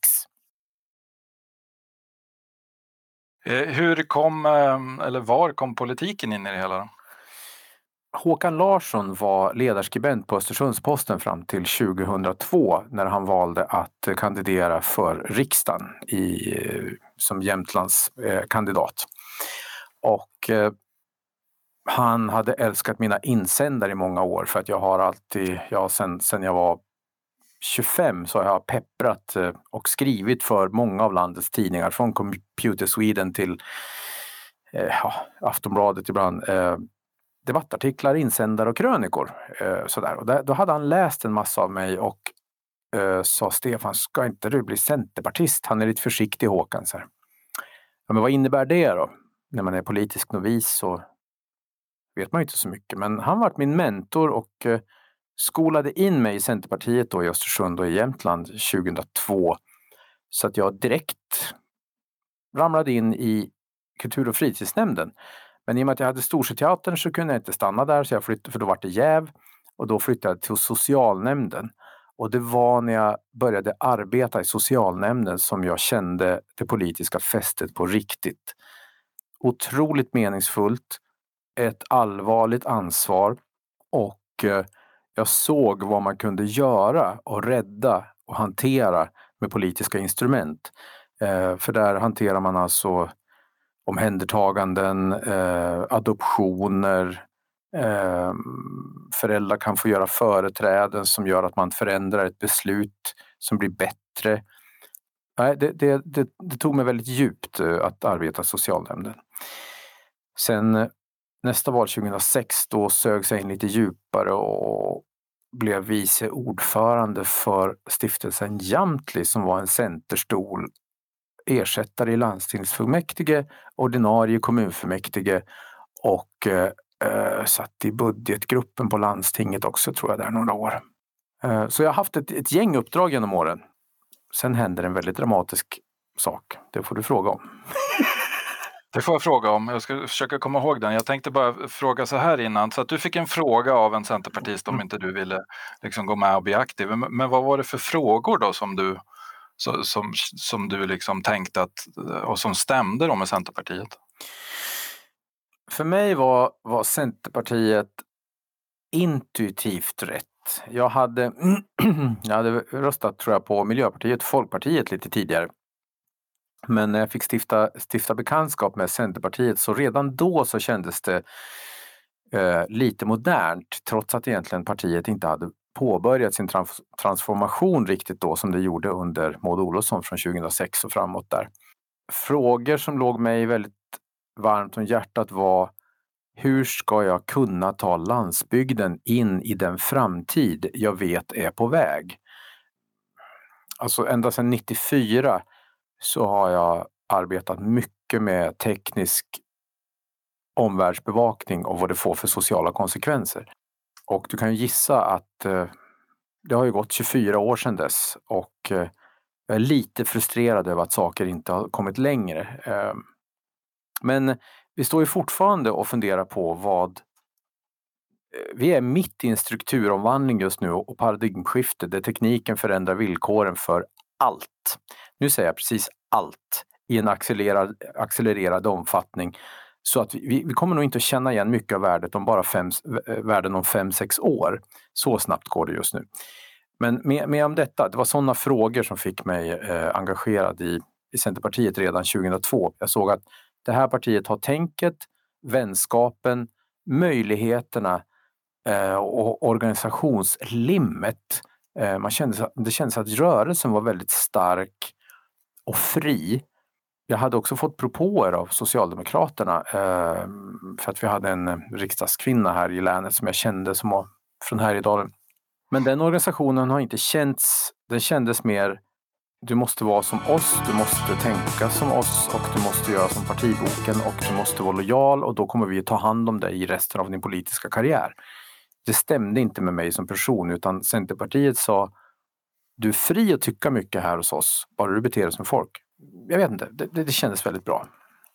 Speaker 1: Var kom politiken in i det hela då?
Speaker 2: Håkan Larsson var ledarskribent på Östersunds-Posten fram till 2002 när han valde att kandidera för riksdagen som Jämtlands kandidat. Och han hade älskat mina insändare i många år, för att jag har alltid, sen jag var 25 så har jag pepprat och skrivit för många av landets tidningar, från Computer Sweden till Aftonbladet ibland. Debattartiklar, insändare och krönikor. Sådär. Och då hade han läst en massa av mig och sa: Stefan, ska inte du bli centerpartist? Han är lite försiktig, Håkan. Så här. Ja, men vad innebär det då? När man är politisk novis så vet man ju inte så mycket. Men han var min mentor och skolade in mig i Centerpartiet då i Östersund och i Jämtland 2002. Så att jag direkt ramlade in i kultur- och fritidsnämnden. Men i och med att jag hade Storsjöteatern så kunde jag inte stanna där, så jag flyttade, för då var det jäv, och då flyttade jag till socialnämnden. Och det var när jag började arbeta i socialnämnden som jag kände det politiska fästet på riktigt. Otroligt meningsfullt, ett allvarligt ansvar, och jag såg vad man kunde göra och rädda och hantera med politiska instrument. För där hanterar man alltså omhändertaganden, adoptioner, föräldrar kan få göra företräden som gör att man förändrar ett beslut som blir bättre. Nej, det tog mig väldigt djupt att arbeta i socialnämnden. Sen nästa val 2006, då sög jag in lite djupare och blev vice ordförande för stiftelsen Jamtli, som var en centerstol, ersättare i landstingsfullmäktige, ordinarie kommunfullmäktige, och satt i budgetgruppen på landstinget också, tror jag, där några år. Så jag har haft ett gäng uppdrag genom åren. Sen händer en väldigt dramatisk sak. Det får du fråga om.
Speaker 1: Det får jag fråga om. Jag ska försöka komma ihåg den. Jag tänkte bara fråga så här innan. Så att du fick en fråga av en centerpartist om inte du ville liksom gå med och bli aktiv. Men vad var det för frågor då som du liksom tänkte och som stämde då med Centerpartiet?
Speaker 2: För mig var Centerpartiet intuitivt rätt. Jag hade röstat, tror jag, på Miljöpartiet och Folkpartiet lite tidigare. Men när jag fick stifta bekantskap med Centerpartiet så redan då så kändes det lite modernt, trots att egentligen partiet inte hade påbörjat sin transformation riktigt då som det gjorde under Maud Olofsson från 2006 och framåt där. Frågor som låg mig väldigt varmt om hjärtat var: hur ska jag kunna ta landsbygden in i den framtid jag vet är på väg? Alltså ända sedan 94 så har jag arbetat mycket med teknisk omvärldsbevakning och vad det får för sociala konsekvenser. Och du kan ju gissa att det har ju gått 24 år sedan dess och jag är lite frustrerad över att saker inte har kommit längre. Men vi står ju fortfarande och funderar på vi är mitt i en strukturomvandling just nu och paradigmskifte där tekniken förändrar villkoren för allt. Nu säger jag precis allt i en accelererad omfattning. Så att vi kommer nog inte att känna igen mycket av värdet om bara värden om 5-6 år. Så snabbt går det just nu. Men med om detta, det var sådana frågor som fick mig engagerad i Centerpartiet redan 2002. Jag såg att det här partiet har tänket, vänskapen, möjligheterna och organisationslimmet. Det kändes att rörelsen var väldigt stark och fri. Jag hade också fått propåer av Socialdemokraterna för att vi hade en riksdagskvinna här i länet som jag kände som var från Härjedalen. Men den organisationen har inte känts, den kändes mer: du måste vara som oss, du måste tänka som oss och du måste göra som partiboken och du måste vara lojal och då kommer vi ta hand om dig i resten av din politiska karriär. Det stämde inte med mig som person, utan Centerpartiet sa: du är fri att tycka mycket här hos oss, bara du beter dig som folk. Jag vet inte, det kändes väldigt bra.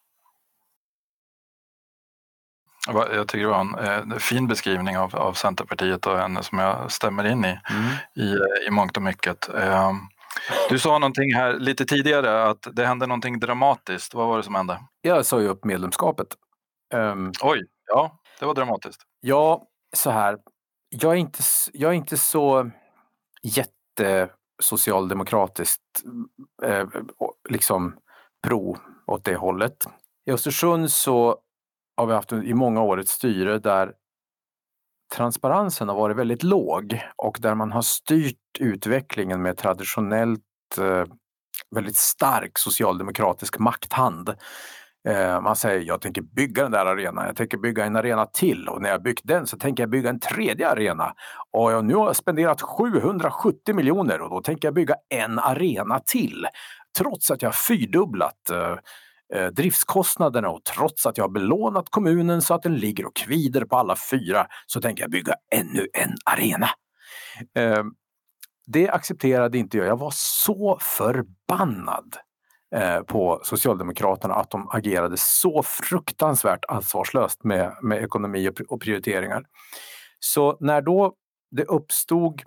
Speaker 1: Jag tycker det var en fin beskrivning av Centerpartiet och henne som jag stämmer in i mångt och mycket. Du sa någonting här lite tidigare att det hände någonting dramatiskt. Vad var det som hände?
Speaker 2: Jag sa ju upp medlemskapet.
Speaker 1: Oj, ja, det var dramatiskt.
Speaker 2: Ja, så här. Jag är inte så jättesocialdemokratiskt liksom pro åt det hållet. I Östersund så har vi haft i många år ett styre där transparensen har varit väldigt låg och där man har styrt utvecklingen med traditionellt väldigt stark socialdemokratisk makthand. Man säger: jag tänker bygga den där arenan, jag tänker bygga en arena till och när jag byggt den så tänker jag bygga en tredje arena och nu har jag spenderat 770 miljoner och då tänker jag bygga en arena till. Trots att jag har fyrdubblat driftskostnaderna och trots att jag har belånat kommunen så att den ligger och kvider på alla 4 så tänker jag bygga ännu en arena. Det accepterade inte jag. Jag var så förbannad på Socialdemokraterna att de agerade så fruktansvärt ansvarslöst med ekonomi och prioriteringar. Så när då det uppstod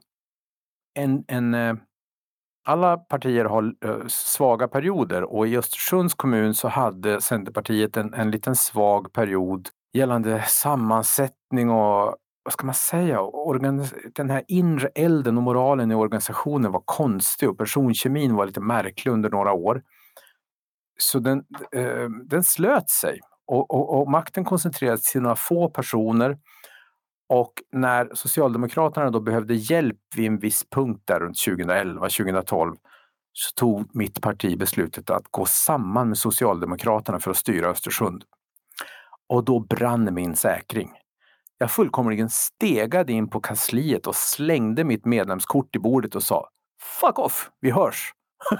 Speaker 2: alla partier har svaga perioder och i Östersunds kommun så hade Centerpartiet en liten svag period gällande sammansättning och vad ska man säga, den här inre elden och moralen i organisationen var konstig och personkemin var lite märklig under några år. Så den slöt sig och makten koncentrerades till några få personer. Och när Socialdemokraterna då behövde hjälp vid en viss punkt där runt 2011-2012 så tog mitt parti beslutet att gå samman med Socialdemokraterna för att styra Östersund. Och då brann min säkring. Jag fullkomligen stegade in på kansliet och slängde mitt medlemskort i bordet och sa: fuck off, vi hörs.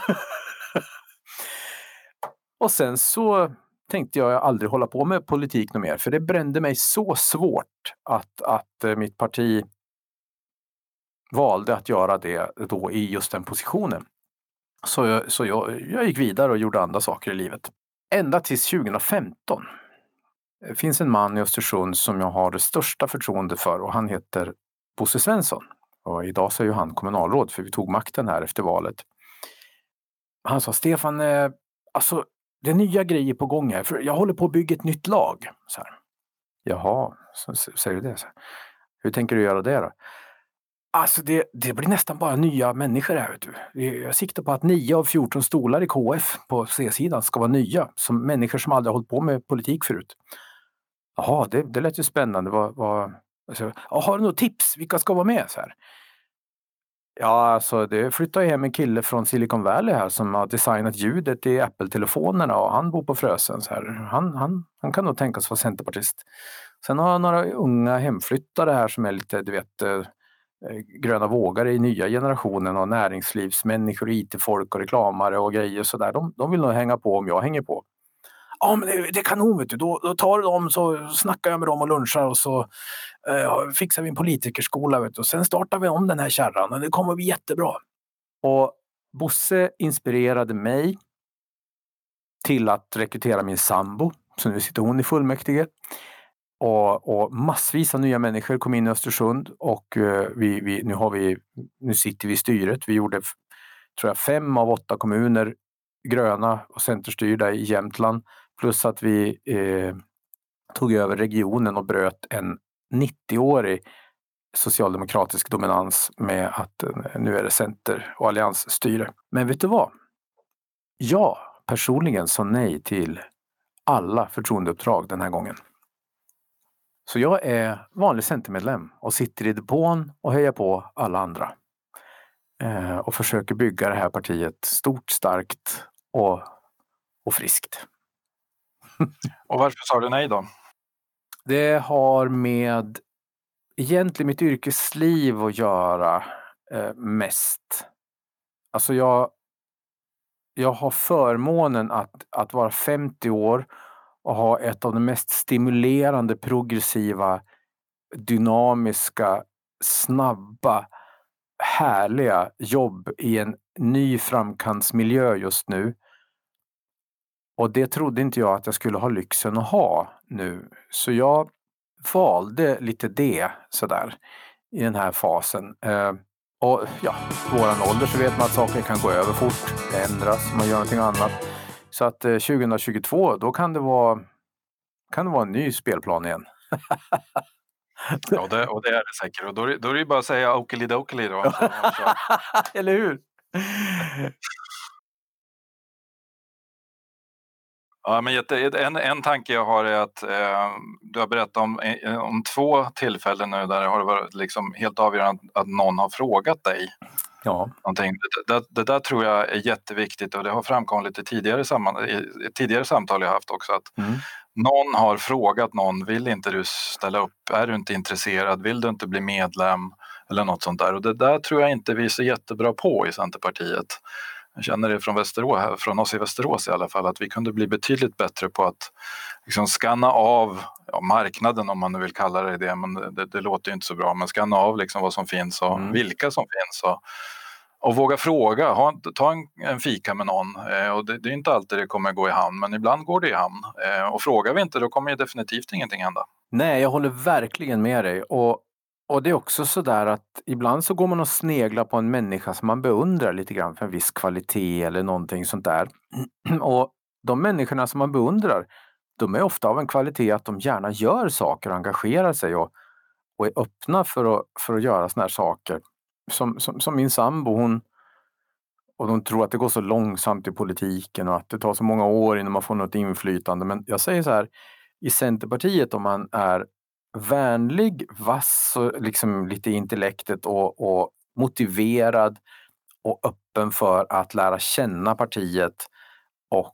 Speaker 2: Och sen så tänkte jag aldrig hålla på med politik något mer. För det brände mig så svårt att mitt parti valde att göra det då i just den positionen. Så jag gick vidare och gjorde andra saker i livet. Ända tills 2015. Det finns en man i Östersund som jag har det största förtroende för och han heter Bosse Svensson. Och idag så är ju han kommunalråd för vi tog makten här efter valet. Han sa: Stefan, alltså det är nya grejer på gång här, för jag håller på att bygga ett nytt lag. Så här. Jaha, så säger du det. Så här. Hur tänker du göra det då? Alltså det blir nästan bara nya människor här, vet du. Jag siktar på att 9 av 14 stolar i KF på C-sidan ska vara nya, som människor som aldrig har hållit på med politik förut. Jaha, det lät ju spännande. Alltså, har du något tips? Vilka ska vara med? Så här. Ja, alltså det flyttar hem en kille från Silicon Valley här som har designat ljudet i Apple-telefonerna och han bor på Frösön. Så här. Han kan nog tänkas vara centerpartist. Sen har jag några unga hemflyttare här som är lite, du vet, gröna vågare i nya generationen och näringslivsmänniskor, IT-folk och reklamare och grejer så där. De vill nog hänga på om jag hänger på. Ja, men det är kanon, vet du. Då tar du dem, så snackar jag med dem och lunchar och så fixar vi en politikerskola, vet du. Och sen startar vi om den här kärran och det kommer bli jättebra. Och Bosse inspirerade mig till att rekrytera min sambo, så nu sitter hon i fullmäktige. Och massvis av nya människor kom in i Östersund och nu sitter vi i styret. Vi gjorde, tror jag, 5 av 8 kommuner gröna och centerstyrda i Jämtland. Plus att vi tog över regionen och bröt en 90-årig socialdemokratisk dominans med att nu är det center- och alliansstyre. Men vet du vad? Jag personligen sa nej till alla förtroendeuppdrag den här gången. Så jag är vanlig centermedlem och sitter i depån och hejar på alla andra. Och försöker bygga det här partiet stort, starkt och friskt.
Speaker 1: Och varför sa du nej då?
Speaker 2: Det har med egentligen mitt yrkesliv att göra mest. Alltså jag har förmånen att vara 50 år och ha ett av de mest stimulerande, progressiva, dynamiska, snabba, härliga jobb i en ny framkantsmiljö just nu. Och det trodde inte jag att jag skulle ha lyxen att ha nu. Så jag valde lite det sådär i den här fasen. Och ja, våran ålder så vet man att saker kan gå över fort, det ändras, man gör någonting annat. Så att 2022, då kan det vara en ny spelplan igen.
Speaker 1: Ja, det är det säkert. Och då är det ju bara att säga okelidockeli då.
Speaker 2: Eller hur?
Speaker 1: Ja, men en tanke jag har är att du har berättat om 2 tillfällen nu där det har varit liksom helt avgörande att någon har frågat dig.
Speaker 2: Ja.
Speaker 1: Någonting. Det där tror jag är jätteviktigt och det har framkommit i tidigare samtal jag haft också. Att någon har frågat någon, vill inte du ställa upp? Är du inte intresserad? Vill du inte bli medlem? Eller något sånt där. Och det där tror jag inte vi är så jättebra på i Centerpartiet. Jag känner det från oss i Västerås i alla fall, att vi kunde bli betydligt bättre på att liksom skanna av marknaden, om man nu vill kalla det, men det låter ju inte så bra, men skanna av liksom vad som finns och vilka som finns och våga fråga, ta en fika med någon. Och det är inte alltid det kommer gå i hamn, men ibland går det i hamn. Och frågar vi inte, då kommer ju definitivt ingenting hända.
Speaker 2: Nej, jag håller verkligen med dig. Och det är också så där att ibland så går man och sneglar på en människa som man beundrar lite grann för en viss kvalitet eller någonting sånt där. Och de människorna som man beundrar, de är ofta av en kvalitet att de gärna gör saker och engagerar sig och är öppna för att göra såna här saker. Som min sambo, hon tror att det går så långsamt i politiken och att det tar så många år innan man får något inflytande. Men jag säger så här, i Centerpartiet, om man är vänlig, vass och liksom lite intellektet och motiverad och öppen för att lära känna partiet och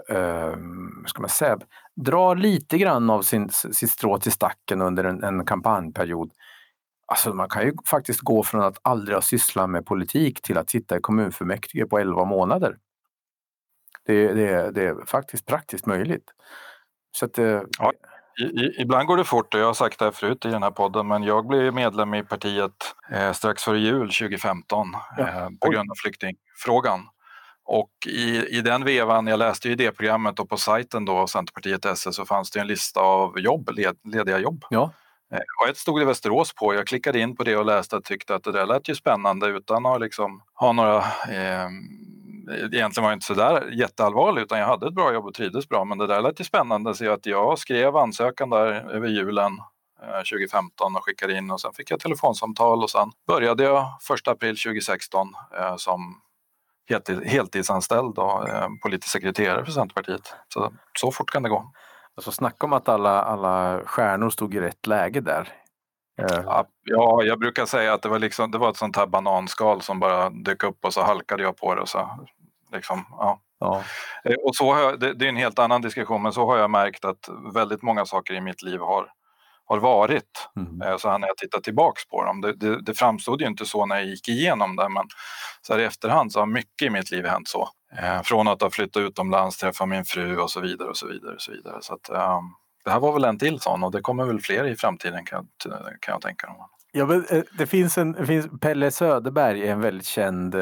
Speaker 2: ska man säga, dra lite grann av sitt strå till stacken under en kampanjperiod. Alltså man kan ju faktiskt gå från att aldrig ha sysslat med politik till att sitta i kommunfullmäktige på 11 månader. Det är faktiskt praktiskt möjligt. Så att,
Speaker 1: ja. Ibland går det fort och jag har sagt det här förut i den här podden, men jag blev medlem i partiet strax före jul 2015 på grund av flyktingfrågan. Och i den vevan, jag läste ju idéprogrammet och på sajten då Centerpartiet SE så fanns det en lista av lediga jobb.
Speaker 2: Ja.
Speaker 1: Och ett stod i Västerås på, jag klickade in på det och läste och tyckte att det där lät ju spännande utan att liksom ha några egentligen var det inte så där jätteallvarligt utan jag hade ett bra jobb och trivdes bra, men det där lät ju spännande så att jag skrev ansökan där över julen 2015 och skickade in, och sen fick jag telefonsamtal och sen började jag 1 april 2016 som heltidsanställd och politisk sekreterare för Centerpartiet. Så fort kan det gå.
Speaker 2: Alltså snacka om att alla stjärnor stod i rätt läge där.
Speaker 1: Ja, jag brukar säga att det var ett sånt här bananskal som bara dök upp och så halkade jag på det. Så, liksom, ja.
Speaker 2: Ja.
Speaker 1: Och så det är en helt annan diskussion, men så har jag märkt att väldigt många saker i mitt liv har varit. Så här när jag tittar tillbaks på dem. Det framstod ju inte så när jag gick igenom det, men så här i efterhand så har mycket i mitt liv hänt så. Från att ha flyttat utomlands, träffa min fru och så vidare och så vidare. Och så vidare. Så att, det här var väl en till sån, och det kommer väl fler i framtiden kan jag tänka mig.
Speaker 2: Ja, men det finns Pelle Söderberg är en väldigt känd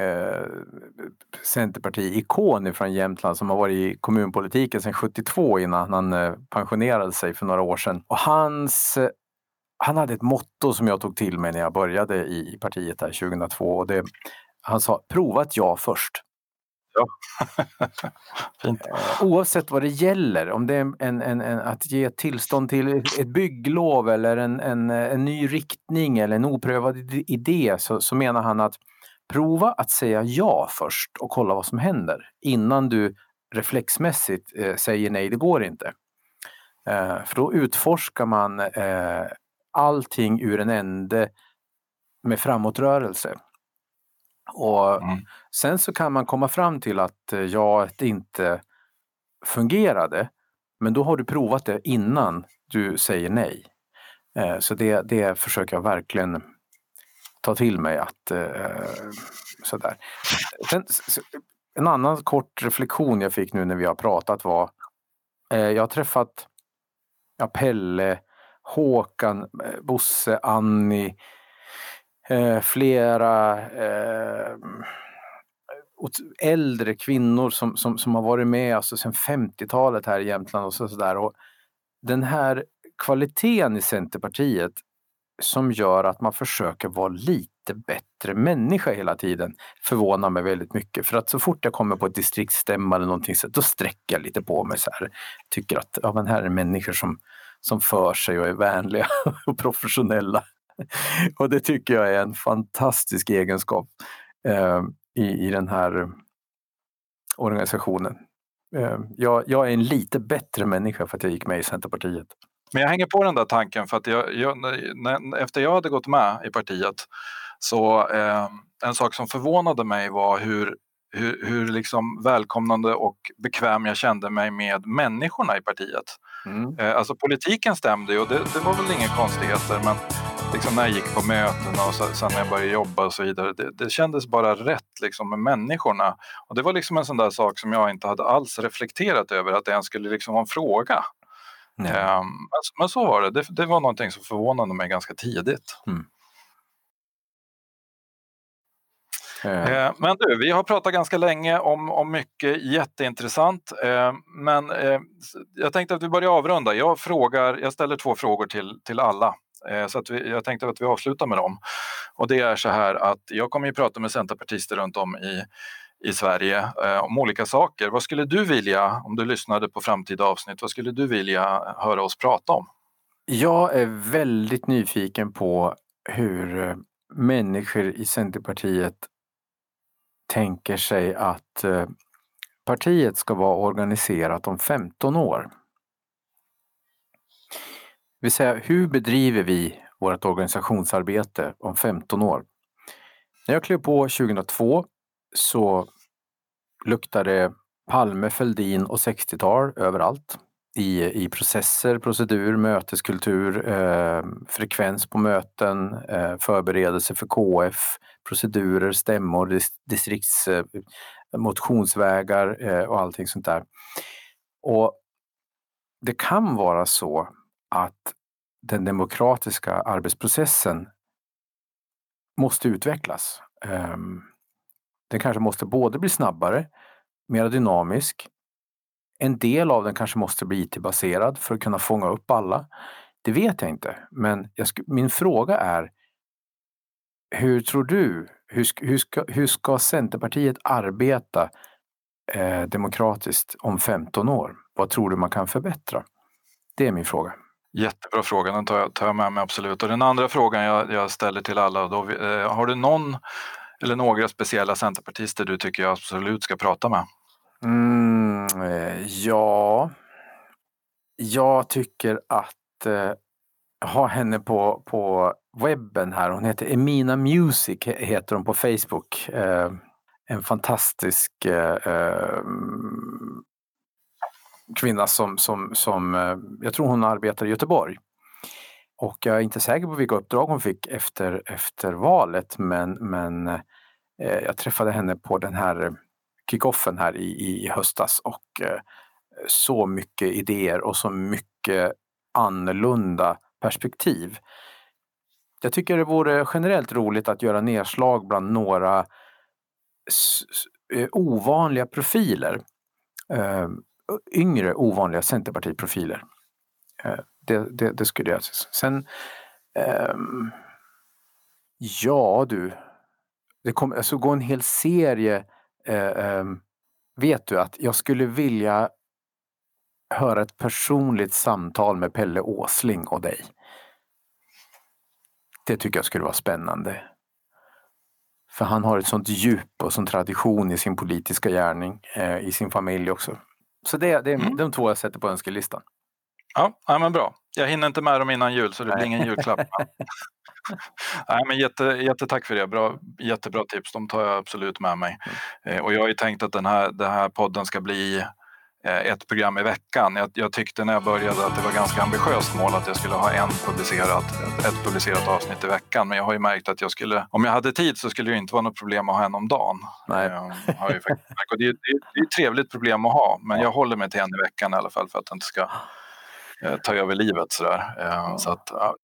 Speaker 2: Centerparti-ikon från Jämtland som har varit i kommunpolitiken sedan 72 innan han pensionerade sig för några år sedan. Och han hade ett motto som jag tog till mig när jag började i partiet där 2002. Och han sa, prova ett ja först.
Speaker 1: Ja. Fint.
Speaker 2: Oavsett vad det gäller, om det är att ge tillstånd till ett bygglov eller en ny riktning eller en oprövad idé, så menar han att prova att säga ja först och kolla vad som händer innan du reflexmässigt säger nej, det går inte. För då utforskar man allting ur en ände med framåtrörelse. Och sen så kan man komma fram till att jaet inte fungerade, men då har du provat det innan du säger nej. Så det försöker jag verkligen ta till mig att sådär. Sen, en annan kort reflektion jag fick nu när vi har pratat var jag har träffat Pelle, Håkan, Bosse, Annie, flera äldre kvinnor som har varit med alltså sedan 50-talet här i Jämtland och sådär. Och den här kvaliteten i Centerpartiet som gör att man försöker vara lite bättre människa hela tiden förvånar mig väldigt mycket. För att så fort jag kommer på ett distriktsstämma eller någonting så då sträcker jag lite på mig så här. Tycker att men här är människor som för sig och är vänliga och professionella. Och det tycker jag är en fantastisk egenskap i den här organisationen. Jag är en lite bättre människa för att jag gick med i Centerpartiet.
Speaker 1: Men jag hänger på den där tanken för att efter jag hade gått med i partiet så en sak som förvånade mig var hur liksom välkomnande och bekväm jag kände mig med människorna i partiet. Alltså politiken stämde ju och det var väl inga konstigheter, men liksom när jag gick på möten och sen när jag började jobba och så vidare, det kändes bara rätt liksom med människorna. Och det var liksom en sån där sak som jag inte hade alls reflekterat över, att det ens skulle liksom vara en fråga. Men så var det. Det var någonting som förvånade mig ganska tidigt. Men du, vi har pratat ganska länge om mycket jätteintressant, men jag tänkte att vi börjar avrunda. Jag ställer 2 frågor till alla, så att jag tänkte att vi avslutar med dem. Och det är så här att jag kommer ju prata med centerpartister runt om i Sverige om olika saker. Vad skulle du vilja, om du lyssnade på framtida avsnitt, vad skulle du vilja höra oss prata om?
Speaker 2: Jag är väldigt nyfiken på hur människor i Centerpartiet tänker sig att partiet ska vara organiserat om 15 år. Det vill säga, hur bedriver vi vårt organisationsarbete om 15 år? När jag klev på 2002 så luktade Palme, Fälldin och 60-tal överallt. I processer, procedur, möteskultur, frekvens på möten, förberedelse för KF, procedurer, stämmor, distrikts motionsvägar och allting sånt där. Och det kan vara så att den demokratiska arbetsprocessen måste utvecklas. Den kanske måste både bli snabbare, mer dynamisk. En del av den kanske måste bli IT-baserad för att kunna fånga upp alla. Det vet jag inte. Men min fråga är, hur tror du, hur ska Centerpartiet arbeta demokratiskt om 15 år? Vad tror du man kan förbättra? Det är min fråga.
Speaker 1: Jättebra fråga, den tar jag med mig absolut. Och den andra frågan jag ställer till alla, då, har du någon eller några speciella centerpartister du tycker jag absolut ska prata med?
Speaker 2: Ja, jag tycker att ha henne på webben här. Hon heter Emina Music, heter hon på Facebook. En fantastisk kvinna som jag tror hon arbetar i Göteborg. Och jag är inte säker på vilka uppdrag hon fick efter valet, men jag träffade henne på den här kickoffen här i höstas och så mycket idéer och så mycket annorlunda perspektiv. Jag tycker det vore generellt roligt att göra nedslag bland några ovanliga profiler. Yngre ovanliga Centerpartiprofiler. Det skulle jag säga. Sen ja du, det kommer alltså gå en hel serie. Vet du att jag skulle vilja höra ett personligt samtal med Pelle Åsling och dig. Det tycker jag skulle vara spännande. För han har ett sånt djup och sån tradition i sin politiska gärning, i sin familj också. Så det är de två jag sätter på önskelistan.
Speaker 1: Ja, men bra. Jag hinner inte med dem innan jul så det blir ingen julklapp. Nej, men jättetack för det. Jättebra tips, de tar jag absolut med mig. Och jag har ju tänkt att den här podden ska bli ett program i veckan. Jag tyckte när jag började att det var ganska ambitiöst mål att jag skulle ha ett publicerat avsnitt i veckan. Men jag har ju märkt att om jag hade tid så skulle det inte vara något problem att ha en om dagen.
Speaker 2: Nej.
Speaker 1: Och det är ett trevligt problem att ha, men jag håller mig till en i veckan i alla fall för att det inte ska ta över livet sådär. Så att, ja.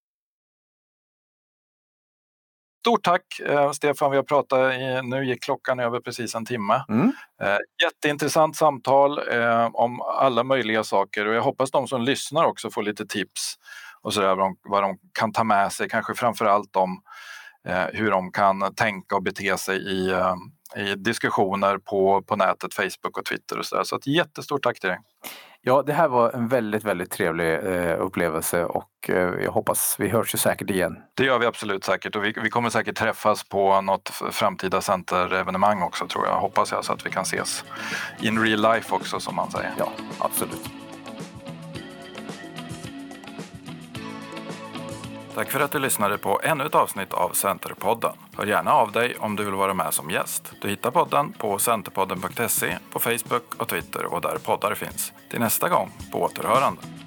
Speaker 1: Stort tack Stefan, vi har pratat nu gick klockan över precis en timme. Jätteintressant samtal om alla möjliga saker och jag hoppas de som lyssnar också får lite tips och sådär vad de kan ta med sig, kanske framförallt om hur de kan tänka och bete sig i diskussioner på nätet, Facebook och Twitter och sådär. Så ett jättestort tack till dig.
Speaker 2: Ja, det här var en väldigt, väldigt trevlig upplevelse och jag hoppas vi hörs ju säkert igen.
Speaker 1: Det gör vi absolut säkert och vi kommer säkert träffas på något framtida centerevenemang också tror jag. Hoppas jag så att vi kan ses in real life också som man säger.
Speaker 2: Ja, absolut.
Speaker 1: Tack för att du lyssnade på ännu ett avsnitt av Centerpodden. Hör gärna av dig om du vill vara med som gäst. Du hittar podden på centerpodden.se, på Facebook och Twitter och där poddar finns. Till nästa gång, på återhörande.